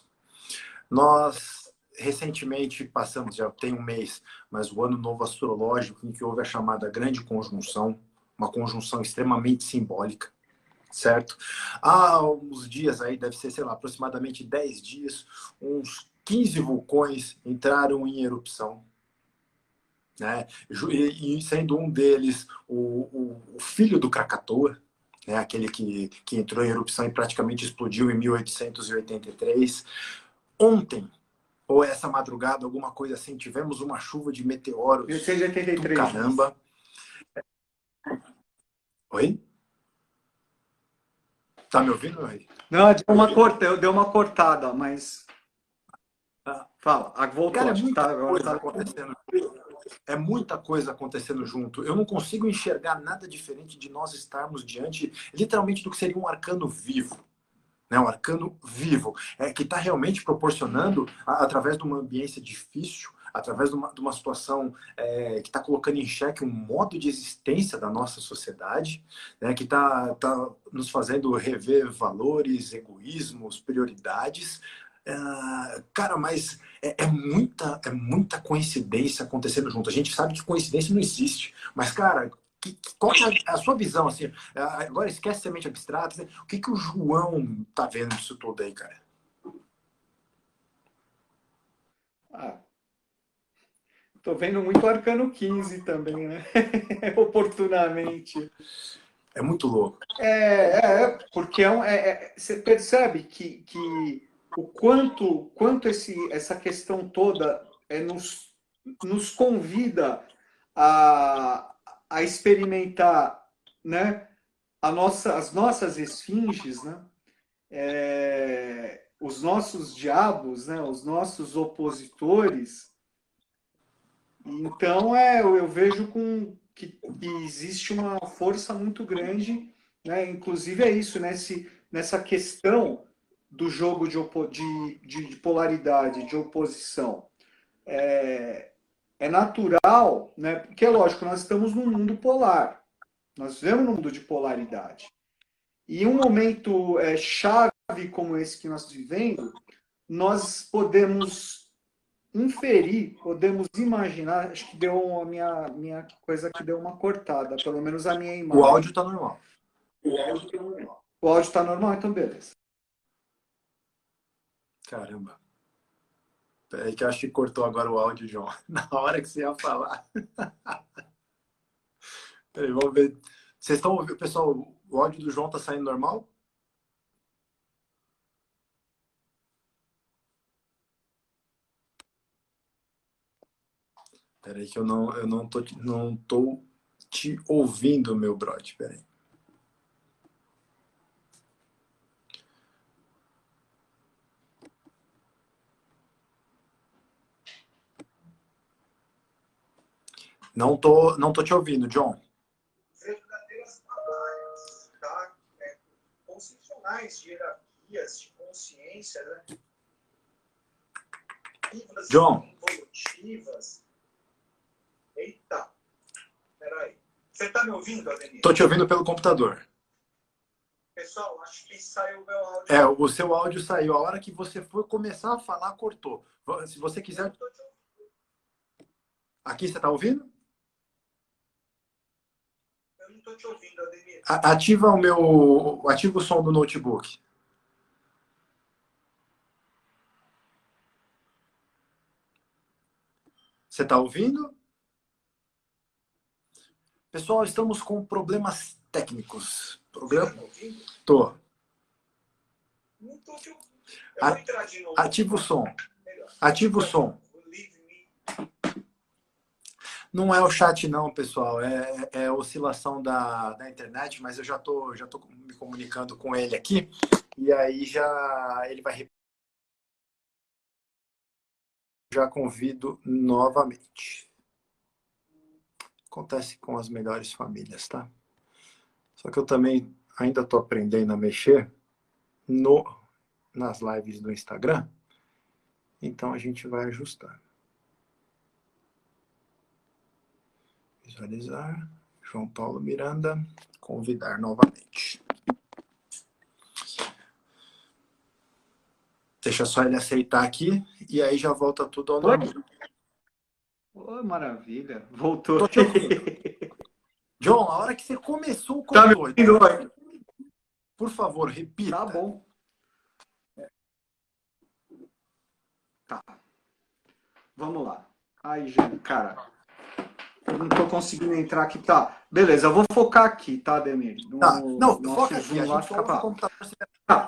Nós recentemente passamos, já tem um mês, mas o ano novo astrológico, em que houve a chamada grande conjunção, uma conjunção extremamente simbólica, certo? Há uns dias aí, deve ser, sei lá, aproximadamente dez dias, uns quinze vulcões entraram em erupção, né? E sendo um deles o, o, o filho do Krakatoa, né? Aquele que, que entrou em erupção e praticamente explodiu em mil oitocentos e oitenta e três. Ontem, ou essa madrugada, alguma coisa assim, tivemos uma chuva de meteoros mil oitocentos e oitenta e três. do caramba. Oi? Tá me ouvindo, Oi? Não, deu uma, corta, deu uma cortada, mas... Fala, voltou. Cara, é muita tá, agora coisa tá... acontecendo. É muita coisa acontecendo junto. Eu não consigo enxergar nada diferente de nós estarmos diante, literalmente, do que seria um arcano vivo. Né, um arcano vivo, é, que está realmente proporcionando, a, através de uma ambiência difícil, através de uma, de uma situação é, que está colocando em xeque um modo de existência da nossa sociedade, né, que está tá nos fazendo rever valores, egoísmos, prioridades. Uh, cara, mas é, é, muita, é muita coincidência acontecendo junto. A gente sabe que coincidência não existe, mas, cara... Que, qual é a sua visão, assim? Agora esquece semente abstrata. O que, que o João tá vendo disso tudo aí, cara? Ah, tô vendo muito Arcano quinze também, né? Oportunamente. É muito louco. É, é porque é um, é, é, você percebe que, que o quanto, quanto esse, essa questão toda é, nos, nos convida a, a experimentar, né, a nossa, as nossas esfinges, né, é, os nossos diabos, né, os nossos opositores. Então, é, eu, eu vejo com, que, que existe uma força muito grande, né? Inclusive é isso, né? Se, nessa questão do jogo de, opo, de, de, de polaridade, de oposição. É, é natural, né? Porque é lógico, nós estamos num mundo polar. Nós vivemos num mundo de polaridade. E um momento é, chave como esse que nós estamos vivendo, nós podemos inferir, podemos imaginar, acho que deu a minha, minha coisa que deu uma cortada, pelo menos a minha O imagem. áudio tá normal. O áudio está normal. O áudio está normal, então beleza. Caramba. Peraí que eu acho que cortou agora o áudio, João. Na hora que você ia falar. Peraí, vamos ver. Vocês estão ouvindo, pessoal, o áudio do João tá saindo normal? Peraí que eu não, eu não tô, não tô te ouvindo, meu brother. Peraí. Não tô, não tô te ouvindo, John. Verdadeiras batalhas, tá? É, concepcionais de hierarquias, de consciência, né? John. Evolutivas. Eita, peraí. Você tá me ouvindo, Ademir? Tô te ouvindo pelo computador. Pessoal, acho que saiu o meu áudio. É, o seu áudio saiu. A hora que você for começar a falar, cortou. Se você quiser... Aqui você tá ouvindo? Eu não tô te ouvindo, Ademir. Ativa o meu... Ativa o som do notebook. Você tá ouvindo? Pessoal, estamos com problemas técnicos. Problema... Você tá me ouvindo? Tô. Não tô te ouvindo. Eu vou entrar de novo. Ativa o som. Ativa o som. Não é o chat não, pessoal. É, é oscilação da, da internet, mas eu já tô, já tô me comunicando com ele aqui. E aí já ele vai... Já convido novamente. Acontece com as melhores famílias, tá? Só que eu também ainda estou aprendendo a mexer no, nas lives do Instagram. Então a gente vai ajustar. Visualizar. João Paulo Miranda. Convidar novamente. Deixa só ele aceitar aqui. E aí já volta tudo ao normal. Oh, maravilha. Voltou. Tô te ouvindo. John, a hora que você começou o Tá me controle, ouvindo? por favor, repita. Tá bom. Tá. Vamos lá. Ai, gente, cara. Eu não tô conseguindo entrar aqui. Tá. Beleza, eu vou focar aqui, tá, Ademir? No Tá. Não, nosso foca Zoom aqui. A lá gente fica ouve o pra... computador. Tá.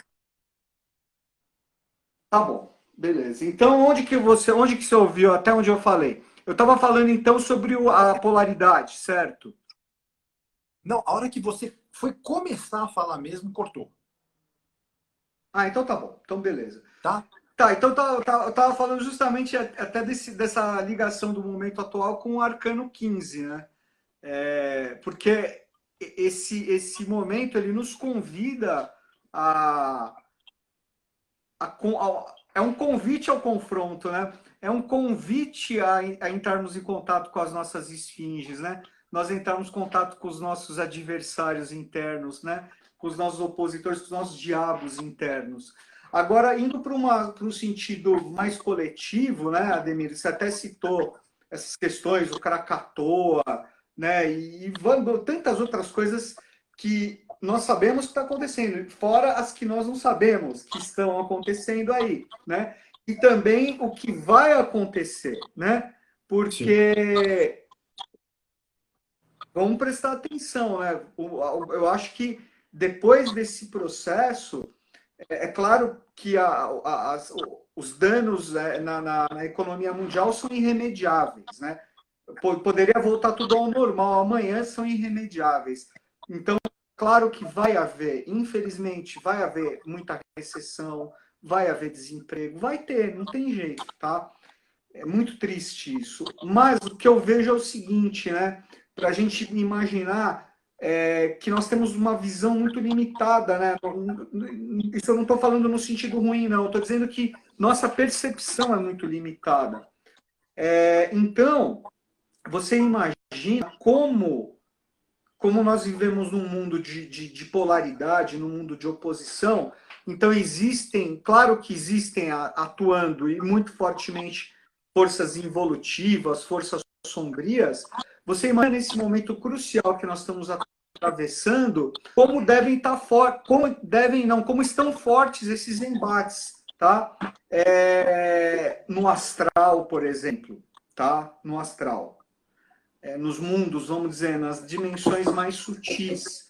Tá bom. Beleza. Então, onde que você, onde que você ouviu até onde eu falei? Eu estava falando então sobre o, a polaridade, certo? Não, a hora que você foi começar a falar mesmo, cortou. Ah, então tá bom. Então beleza. Tá? Tá, então eu estava falando justamente até desse, dessa ligação do momento atual com o Arcano quinze, né? É, porque esse, esse momento ele nos convida a, a, a é um convite ao confronto, né? É um convite a, a entrarmos em contato com as nossas esfinges, né? Nós entrarmos em contato com os nossos adversários internos, né? Com os nossos opositores, com os nossos diabos internos. Agora, indo para um sentido mais coletivo, né, Ademir? Você até citou essas questões, o Krakatoa, né? E, e tantas outras coisas que nós sabemos que está acontecendo, fora as que nós não sabemos que estão acontecendo aí, né? E também o que vai acontecer, né? Porque vamos prestar atenção, né? Eu acho que depois desse processo, é claro que a, a, as, os danos na, na, na economia mundial são irremediáveis, né? Poderia voltar tudo ao normal, amanhã são irremediáveis. Então, claro que vai haver, infelizmente, vai haver muita recessão, vai haver desemprego, vai ter, não tem jeito, tá? É muito triste isso. Mas o que eu vejo é o seguinte, né? Para a gente imaginar é, que nós temos uma visão muito limitada, né? Isso eu não estou falando no sentido ruim, não. Estou dizendo que nossa percepção é muito limitada. É, então, você imagina como, como nós vivemos num mundo de, de, de polaridade, num mundo de oposição. Então, existem, claro que existem atuando e muito fortemente forças involutivas, forças sombrias. Você imagina nesse momento crucial que nós estamos atravessando, como devem estar fortes, como devem não, como estão fortes esses embates, tá? É, no astral, por exemplo, tá? No astral, é, nos mundos, vamos dizer, nas dimensões mais sutis,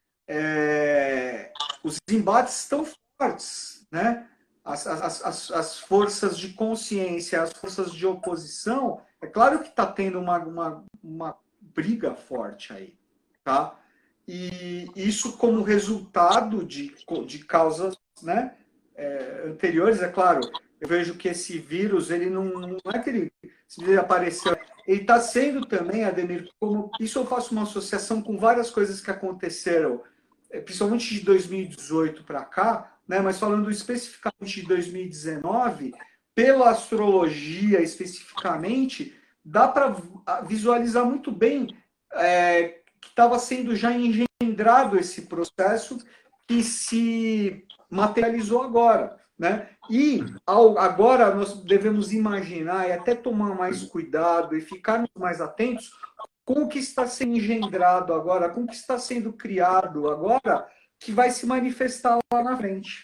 é, os embates estão fortes, né? As, as, as, as forças de consciência, as forças de oposição, é claro que está tendo uma, uma, uma briga forte aí, tá? E isso como resultado de, de causas, né, é, anteriores, é claro. Eu vejo que esse vírus, ele não, não é que ele, ele apareceu, ele está sendo também, Ademir, como isso eu faço uma associação com várias coisas que aconteceram, principalmente de dois mil e dezoito para cá, né, mas falando especificamente de dois mil e dezenove, pela astrologia especificamente, dá para visualizar muito bem é, que estava sendo já engendrado esse processo que se materializou agora, né? E ao, agora nós devemos imaginar e até tomar mais cuidado e ficarmos mais atentos com o que está sendo engendrado agora, com o que está sendo criado agora, que vai se manifestar lá na frente.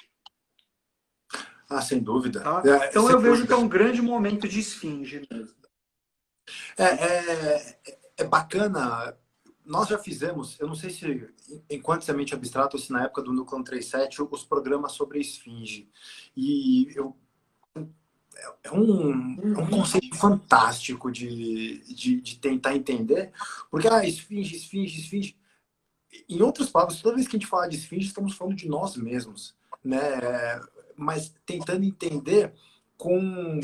Ah, sem dúvida. Tá? É, então sem eu vejo dúvida. que é um grande momento de esfinge mesmo. É, é, é bacana. Nós já fizemos, eu não sei se enquanto semente abstrato ou se na época do Núcleo cento e trinta e sete, os programas sobre a esfinge. E eu, é, um, é um conceito fantástico de, de, de tentar entender, porque a ah, esfinge, esfinge, esfinge. Em outras palavras, toda vez que a gente fala de esfinge, estamos falando de nós mesmos, né? Mas tentando entender com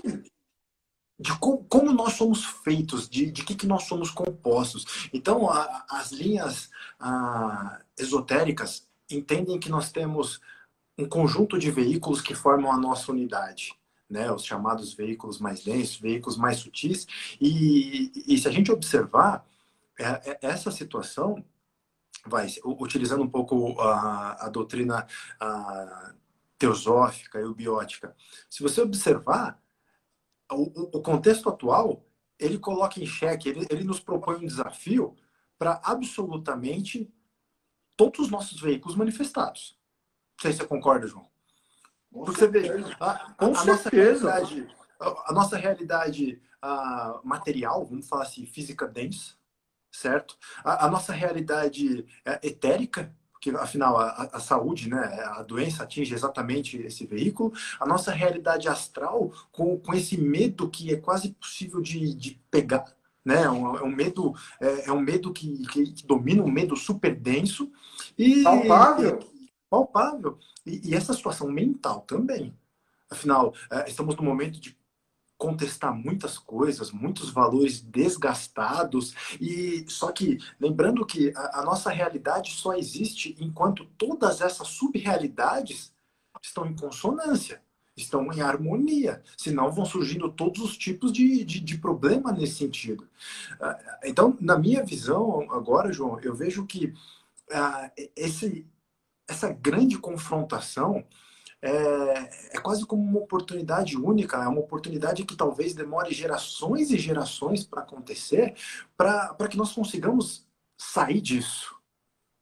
de como, como nós somos feitos, de, de que, que nós somos compostos. Então, a, as linhas a, esotéricas entendem que nós temos um conjunto de veículos que formam a nossa unidade, né? Os chamados veículos mais densos, veículos mais sutis. E, e se a gente observar é, é, essa situação, vai, utilizando um pouco a, a doutrina a, teosófica e biótica, se você observar, O, o contexto atual, ele coloca em xeque, ele, ele nos propõe um desafio para absolutamente todos os nossos veículos manifestados. Não sei se você concorda, João. Porque você veja, a, Com a, a nossa certeza. realidade, a, a nossa realidade a, material, vamos falar assim, física densa, certo? A, a nossa realidade é, etérica, que afinal a, a, saúde, né, a doença atinge exatamente esse veículo, a nossa realidade astral com, com esse medo que é quase possível de, de pegar, né, é um, é um medo é, é um medo que, que, que domina, um medo super denso e palpável, e, palpável e, e essa situação mental também. Afinal, é, estamos num momento de contestar muitas coisas, muitos valores desgastados, e só que lembrando que a, a nossa realidade só existe enquanto todas essas subrealidades estão em consonância, estão em harmonia, senão vão surgindo todos os tipos de, de, de problema nesse sentido. Então, na minha visão agora, João, eu vejo que uh, esse, essa grande confrontação É, é quase como uma oportunidade única, é uma oportunidade que talvez demore gerações e gerações para acontecer, para que nós consigamos sair disso.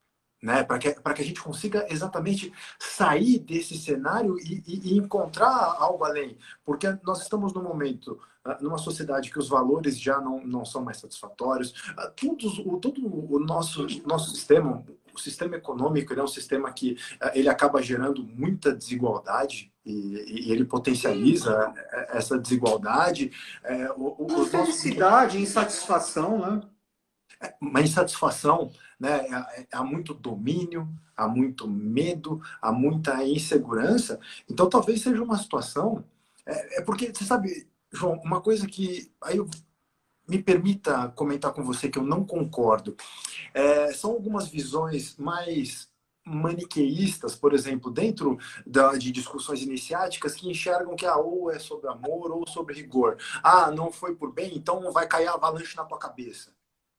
né? Para que, para que a gente consiga exatamente sair desse cenário e, e, e encontrar algo além. Porque nós estamos num momento, numa sociedade que os valores já não, não são mais satisfatórios. Todos, o, todo o nosso, nosso sistema, o sistema econômico, ele é um sistema que ele acaba gerando muita desigualdade e, e ele potencializa essa desigualdade. É, o, Uma felicidade, nossos... insatisfação, né? Uma insatisfação, né? Há muito domínio, há muito medo, há muita insegurança. Então, talvez seja uma situação... É, é porque, você sabe, João, uma coisa que... Aí eu, me permita comentar com você que eu não concordo. É, são algumas visões mais maniqueístas, por exemplo, dentro da, de discussões iniciáticas que enxergam que ah, ou é sobre amor ou sobre rigor. Ah, não foi por bem, então vai cair a avalanche na tua cabeça.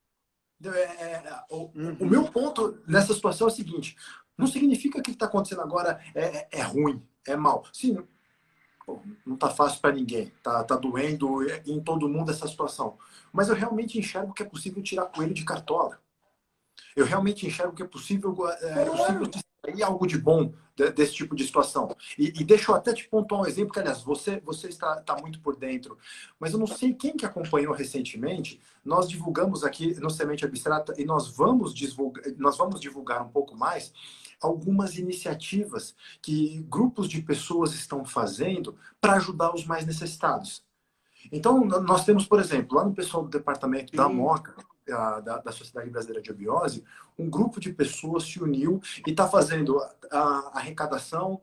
É, o, uhum. o meu ponto nessa situação é o seguinte: não significa que o que está acontecendo agora é, é ruim, é mal. Sim, pô, não está fácil para ninguém, tá, tá doendo em todo mundo essa situação. Mas eu realmente enxergo que é possível tirar coelho de cartola. Eu realmente enxergo que é possível, é, possível extrair algo de bom de, desse tipo de situação. E, e deixa eu até te pontuar um exemplo, que, aliás, você, você está, está muito por dentro. Mas eu não sei quem que acompanhou recentemente, nós divulgamos aqui no Semente Abstrata e nós vamos divulgar, nós vamos divulgar um pouco mais algumas iniciativas que grupos de pessoas estão fazendo para ajudar os mais necessitados. Então, nós temos, por exemplo, lá no pessoal do departamento Sim. da MOCA, da, da Sociedade Brasileira de Abiose, um grupo de pessoas se uniu e está fazendo a, a arrecadação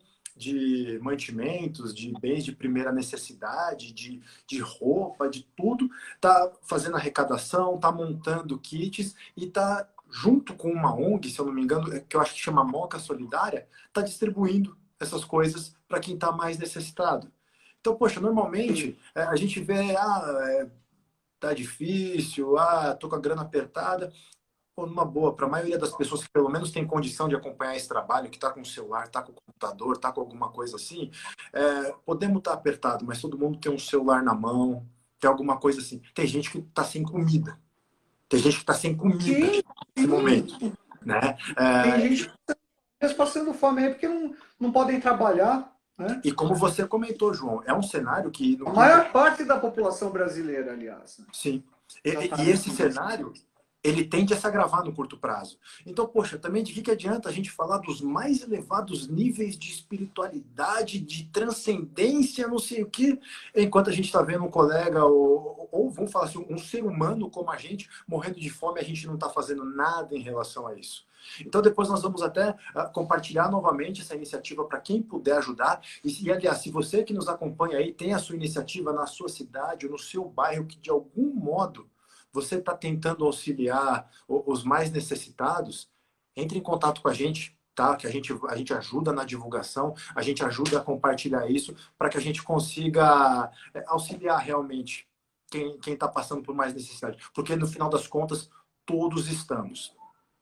de mantimentos, de bens de primeira necessidade, de, de roupa, de tudo. Está fazendo arrecadação, está montando kits e está, junto com uma O N G, se eu não me engano, que eu acho que chama MOCA Solidária, está distribuindo essas coisas para quem está mais necessitado. Então, poxa, normalmente a gente vê, ah, é, tá difícil, ah, tô com a grana apertada. Pô, numa boa, para a maioria das pessoas que pelo menos tem condição de acompanhar esse trabalho, que tá com o celular, tá com o computador, tá com alguma coisa assim, é, podemos estar tá apertado, mas todo mundo tem um celular na mão, tem alguma coisa assim. Tem gente que tá sem comida. Tem gente que tá sem comida Sim. nesse momento. Né? É, tem gente que tá passando fome aí porque não, não podem trabalhar. Né? E como você comentou, João, é um cenário que... A maior parte da população brasileira, aliás. Né? Sim. E, e esse cenário, ele tende a se agravar no curto prazo. Então, poxa, também de que, que adianta a gente falar dos mais elevados níveis de espiritualidade, de transcendência, não sei o quê, enquanto a gente está vendo um colega, ou, ou vamos falar assim, um ser humano como a gente, morrendo de fome, a gente não está fazendo nada em relação a isso. Então, depois nós vamos até uh, compartilhar novamente essa iniciativa para quem puder ajudar. E, e, aliás, se você que nos acompanha aí tem a sua iniciativa na sua cidade ou no seu bairro que, de algum modo, você está tentando auxiliar os mais necessitados, entre em contato com a gente, tá? Que a gente, a gente ajuda na divulgação, a gente ajuda a compartilhar isso para que a gente consiga auxiliar realmente quem está passando por mais necessidade. Porque, no final das contas, todos estamos.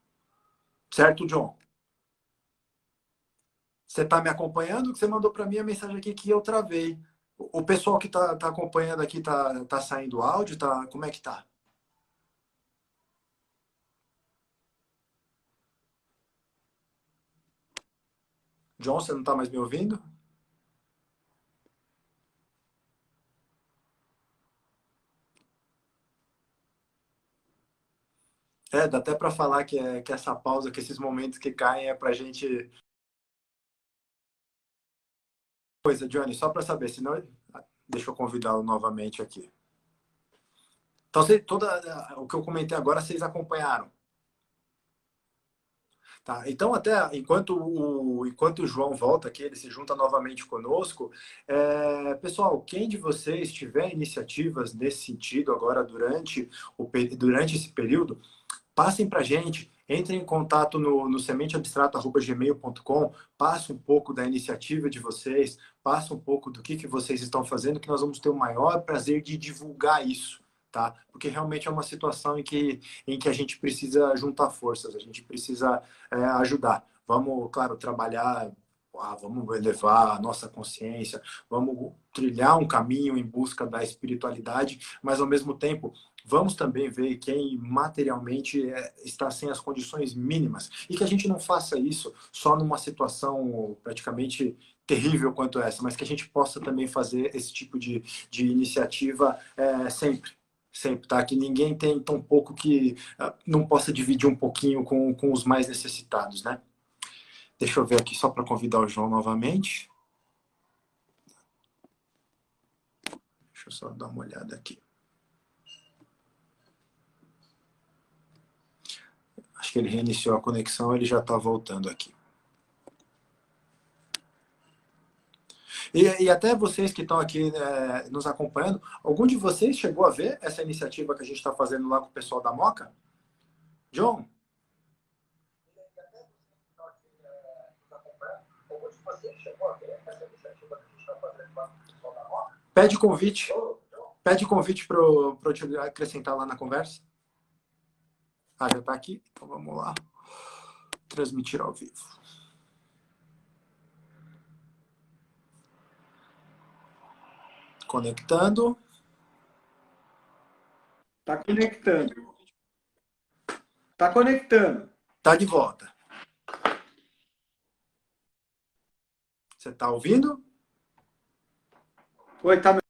Certo, John? Você está me acompanhando? Que você mandou para mim a mensagem aqui que eu travei. O pessoal que está tá acompanhando aqui está tá saindo áudio? Tá, como é que tá? John, você não está mais me ouvindo? É, dá até para falar que, é, que essa pausa, que esses momentos que caem é para a gente... Coisa, Johnny, só para saber, senão... Deixa eu convidá-lo novamente aqui. Então, você, toda, o que eu comentei agora, vocês acompanharam. Tá, então, até enquanto o, enquanto o João volta aqui, ele se junta novamente conosco. É, pessoal, quem de vocês tiver iniciativas nesse sentido agora durante, o, durante esse período, passem para a gente, entrem em contato no, no semente abstrata arroba gmail ponto com, passe um pouco da iniciativa de vocês, passe um pouco do que, que vocês estão fazendo, que nós vamos ter o maior prazer de divulgar isso. Tá? Porque realmente é uma situação em que, em que a gente precisa juntar forças, a gente precisa é, ajudar. Vamos, claro, trabalhar, ah, vamos elevar a nossa consciência, vamos trilhar um caminho em busca da espiritualidade, mas ao mesmo tempo Vamos também ver quem materialmente é, está sem as condições mínimas. E que a gente não faça isso só numa situação praticamente terrível quanto essa, mas que a gente possa também fazer esse tipo de, de iniciativa é, sempre. Sempre, tá? Que ninguém tem tão pouco que uh, não possa dividir um pouquinho com, com os mais necessitados, né? Deixa eu ver aqui só para convidar o João novamente. Deixa eu só dar uma olhada aqui. Acho que ele reiniciou a conexão, ele já está voltando aqui. E, e até vocês que estão aqui é, nos acompanhando, algum de vocês chegou a ver essa iniciativa que a gente está fazendo lá com o pessoal da Moca? John? Pede convite. Pede convite para eu te acrescentar lá na conversa. Ah, já está aqui? Então vamos lá. Transmitir ao vivo. Conectando. Tá conectando. Tá conectando. Tá de volta. Você tá ouvindo? Oi, tá me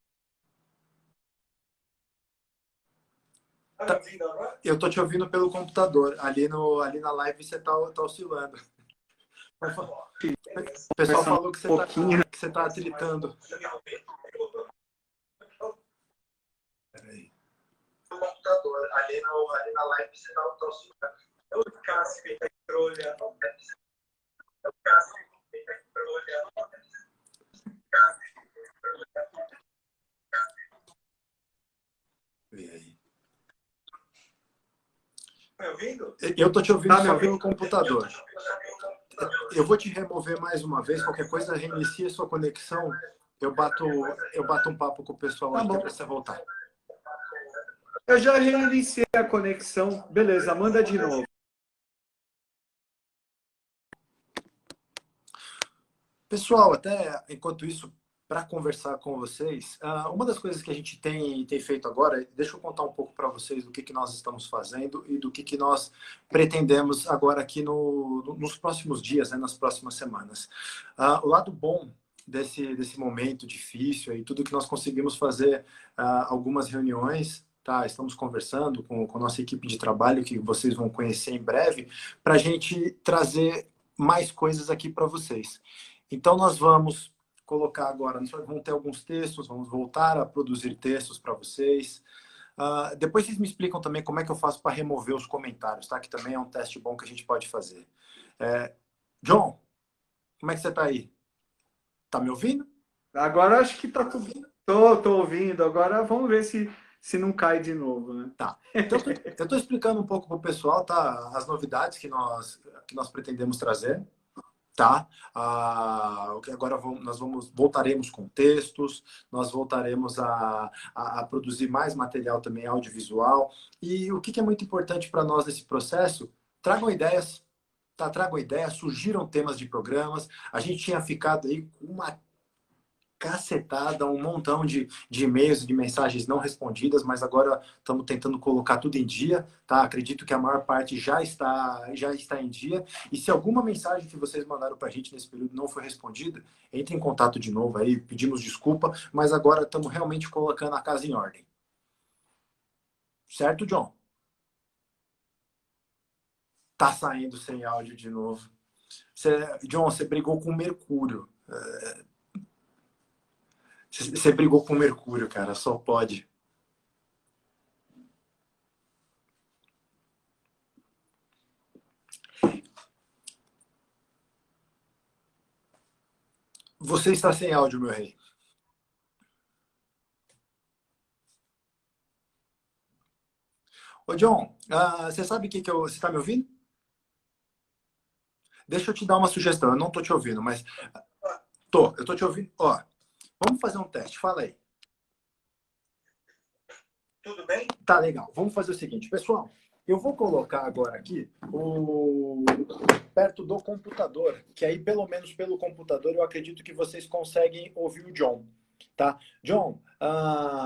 Tá. Eu tô te ouvindo pelo computador. Ali, no, ali na live você tá, tá oscilando. O pessoal falou que você, tá, que você tá tritando. Peraí. O computador, ali, no, ali na live você tá, tá oscilando. É o Cássio que tá olhando. É o Cássio que tá olhando. E aí? Tá me ouvindo? Eu tô te ouvindo tá só pelo computador. Eu vou te remover mais uma vez. Qualquer coisa, reinicie a sua conexão. Eu bato, eu bato um papo com o pessoal tá aqui para você voltar. Eu já reiniciei a conexão. Beleza, manda de novo. Pessoal, até enquanto isso, para conversar com vocês, uma das coisas que a gente tem, tem feito agora, deixa eu contar um pouco para vocês do que, que nós estamos fazendo e do que, que nós pretendemos agora aqui no, nos próximos dias, né, nas próximas semanas. Uh, o lado bom desse, desse momento difícil e tudo que nós conseguimos fazer, uh, algumas reuniões, tá? Estamos conversando com, com a nossa equipe de trabalho, que vocês vão conhecer em breve, para a gente trazer mais coisas aqui para vocês. Então, nós vamos colocar agora, nós vamos ter alguns textos, vamos voltar a produzir textos para vocês. Uh, depois vocês me explicam também como é que eu faço para remover os comentários, tá? Que também é um teste bom que a gente pode fazer. É... John, como é que você está aí? Tá me ouvindo? Agora acho que tá tudo. Tô, tô ouvindo. Agora vamos ver se, se não cai de novo, né? Tá. Então, eu estou explicando um pouco para o pessoal, tá? As novidades que nós, que nós pretendemos trazer. Tá? Ah, agora vamos, nós vamos, voltaremos com textos, nós voltaremos a, a, a produzir mais material também audiovisual. E o que, que é muito importante para nós nesse processo? Tragam ideias, tá? Tragam ideias, surgiram temas de programas. A gente tinha ficado aí com uma cacetada, um montão de, de e-mails, de mensagens não respondidas, mas agora estamos tentando colocar tudo em dia, tá? Acredito que a maior parte já está, já está em dia. E se alguma mensagem que vocês mandaram para a gente nesse período não foi respondida, entre em contato de novo aí, pedimos desculpa, mas agora estamos realmente colocando a casa em ordem. Certo, John? Tá saindo sem áudio de novo. Você, John, você brigou com o Mercúrio. É... Você brigou com o Mercúrio, cara. Só pode. Você está sem áudio, meu rei. Ô, John, uh, você sabe o que, que eu... Você está me ouvindo? Deixa eu te dar uma sugestão. Eu não estou te ouvindo, mas... Tô, eu estou te ouvindo. Ó, vamos fazer um teste. Fala aí. Tudo bem? Tá, legal. Vamos fazer o seguinte, pessoal. Eu vou colocar agora aqui o... perto do computador, que aí, pelo menos pelo computador, eu acredito que vocês conseguem ouvir o John. Tá? John, uh...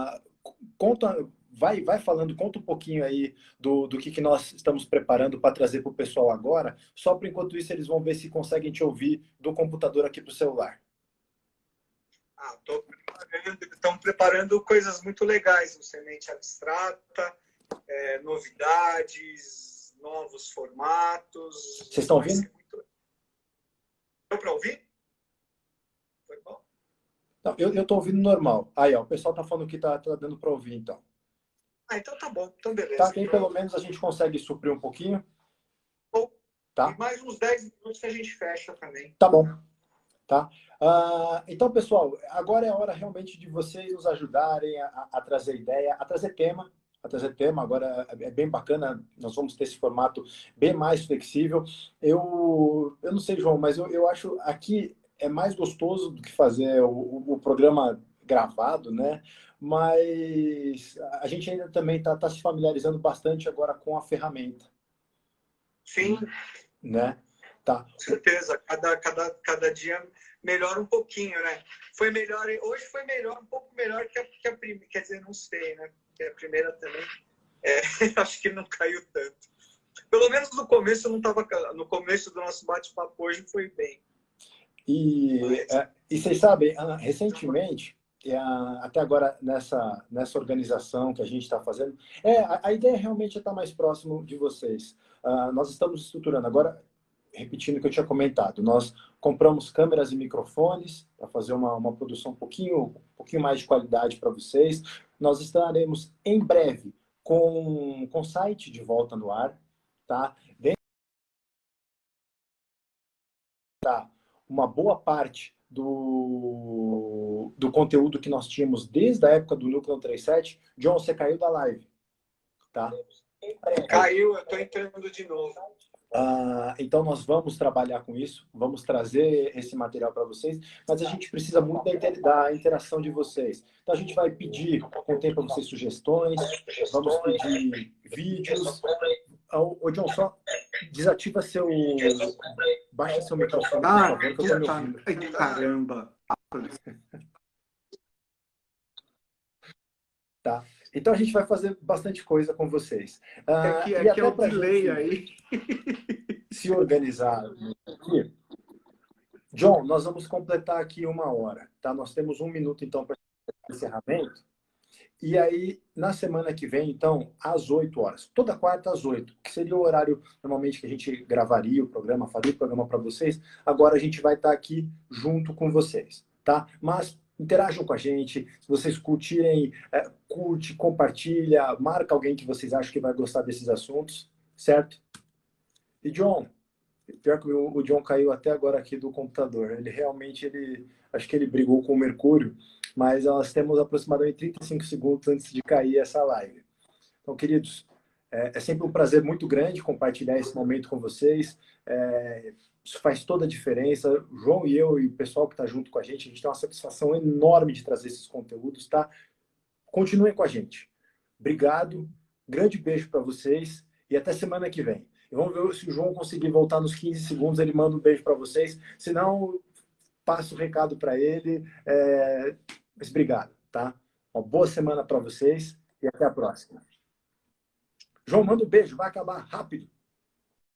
conta, vai, vai falando, conta um pouquinho aí do, do que, que nós estamos preparando para trazer para o pessoal agora, só para enquanto isso eles vão ver se conseguem te ouvir do computador aqui para o celular. Ah, tô preparando, estão preparando coisas muito legais no Semente Abstrata, é, novidades, novos formatos. Vocês estão ouvindo? Muito... Deu para ouvir? Foi bom? Não, eu estou ouvindo normal. Aí, ó, o pessoal está falando que está tá dando para ouvir, então. Ah, então tá bom. Então beleza. Tá, aí pelo menos a gente consegue suprir um pouquinho. Bom, tá? E mais uns dez minutos que a gente fecha também. Tá bom. Tá? Uh, então, pessoal, agora é a hora realmente de vocês nos ajudarem a, a trazer ideia, a trazer tema, a trazer tema. Agora é bem bacana, nós vamos ter esse formato bem mais flexível. Eu, eu não sei, João, mas eu, eu acho aqui é mais gostoso do que fazer o, o, o programa gravado, né? Mas a gente ainda também está tá se familiarizando bastante agora com a ferramenta. Sim. Né? Tá. Com certeza, cada, cada, cada dia melhora um pouquinho, né? Foi melhor, hoje foi melhor, um pouco melhor que a, que a primeira, quer dizer, não sei, né? Porque a primeira também, é, acho que não caiu tanto. Pelo menos no começo não estava, no começo do nosso bate-papo hoje foi bem. E, Mas... é, e vocês sabem, recentemente, até agora nessa, nessa organização que a gente está fazendo, é, a, a ideia realmente é estar mais próximo de vocês. Uh, nós estamos estruturando agora, repetindo o que eu tinha comentado, nós compramos câmeras e microfones para fazer uma, uma produção um pouquinho, um pouquinho mais de qualidade para vocês. Nós estaremos em breve com com site de volta no ar, tá? Dentro da uma boa parte do, do conteúdo que nós tínhamos desde a época do Núcleo trinta e sete. John, você caiu da live, tá? Caiu, eu estou entrando de novo. Uh, então, nós vamos trabalhar com isso, vamos trazer esse material para vocês, mas a gente precisa muito da, inter, da interação de vocês. Então, a gente vai pedir com o tempo para vocês sugestões, vamos pedir vídeos. Ô, John, só desativa seu... Baixa seu microfone, por ah, favor, que eu estou me ouvindo. Ai, caramba! Tá. Então a gente vai fazer bastante coisa com vocês. Uh, é que, é e que até é o delay aí. Se organizar aqui. John, nós vamos completar aqui uma hora, tá? Nós temos um minuto, então, para encerramento. E aí, na semana que vem, então, às oito horas. Toda quarta às oito, que seria o horário, normalmente, que a gente gravaria o programa, faria o programa para vocês. Agora a gente vai estar aqui junto com vocês, tá? Mas interajam com a gente. Se vocês curtirem, é, curte, compartilha, marca alguém que vocês acham que vai gostar desses assuntos, certo? E, John, pior que o, o John caiu até agora aqui do computador. Ele realmente, ele, acho que ele brigou com o Mercúrio, mas nós temos aproximadamente trinta e cinco segundos antes de cair essa live. Então, queridos, é, é sempre um prazer muito grande compartilhar esse momento com vocês. É, isso faz toda a diferença. O João e eu e o pessoal que está junto com a gente, a gente tem uma satisfação enorme de trazer esses conteúdos, tá? Continuem com a gente. Obrigado, grande beijo para vocês e até semana que vem. E vamos ver se o João conseguir voltar nos quinze segundos, ele manda um beijo para vocês. Se não, passo o recado para ele. É... Mas obrigado, tá? Uma boa semana para vocês e até a próxima. João, manda um beijo, vai acabar rápido.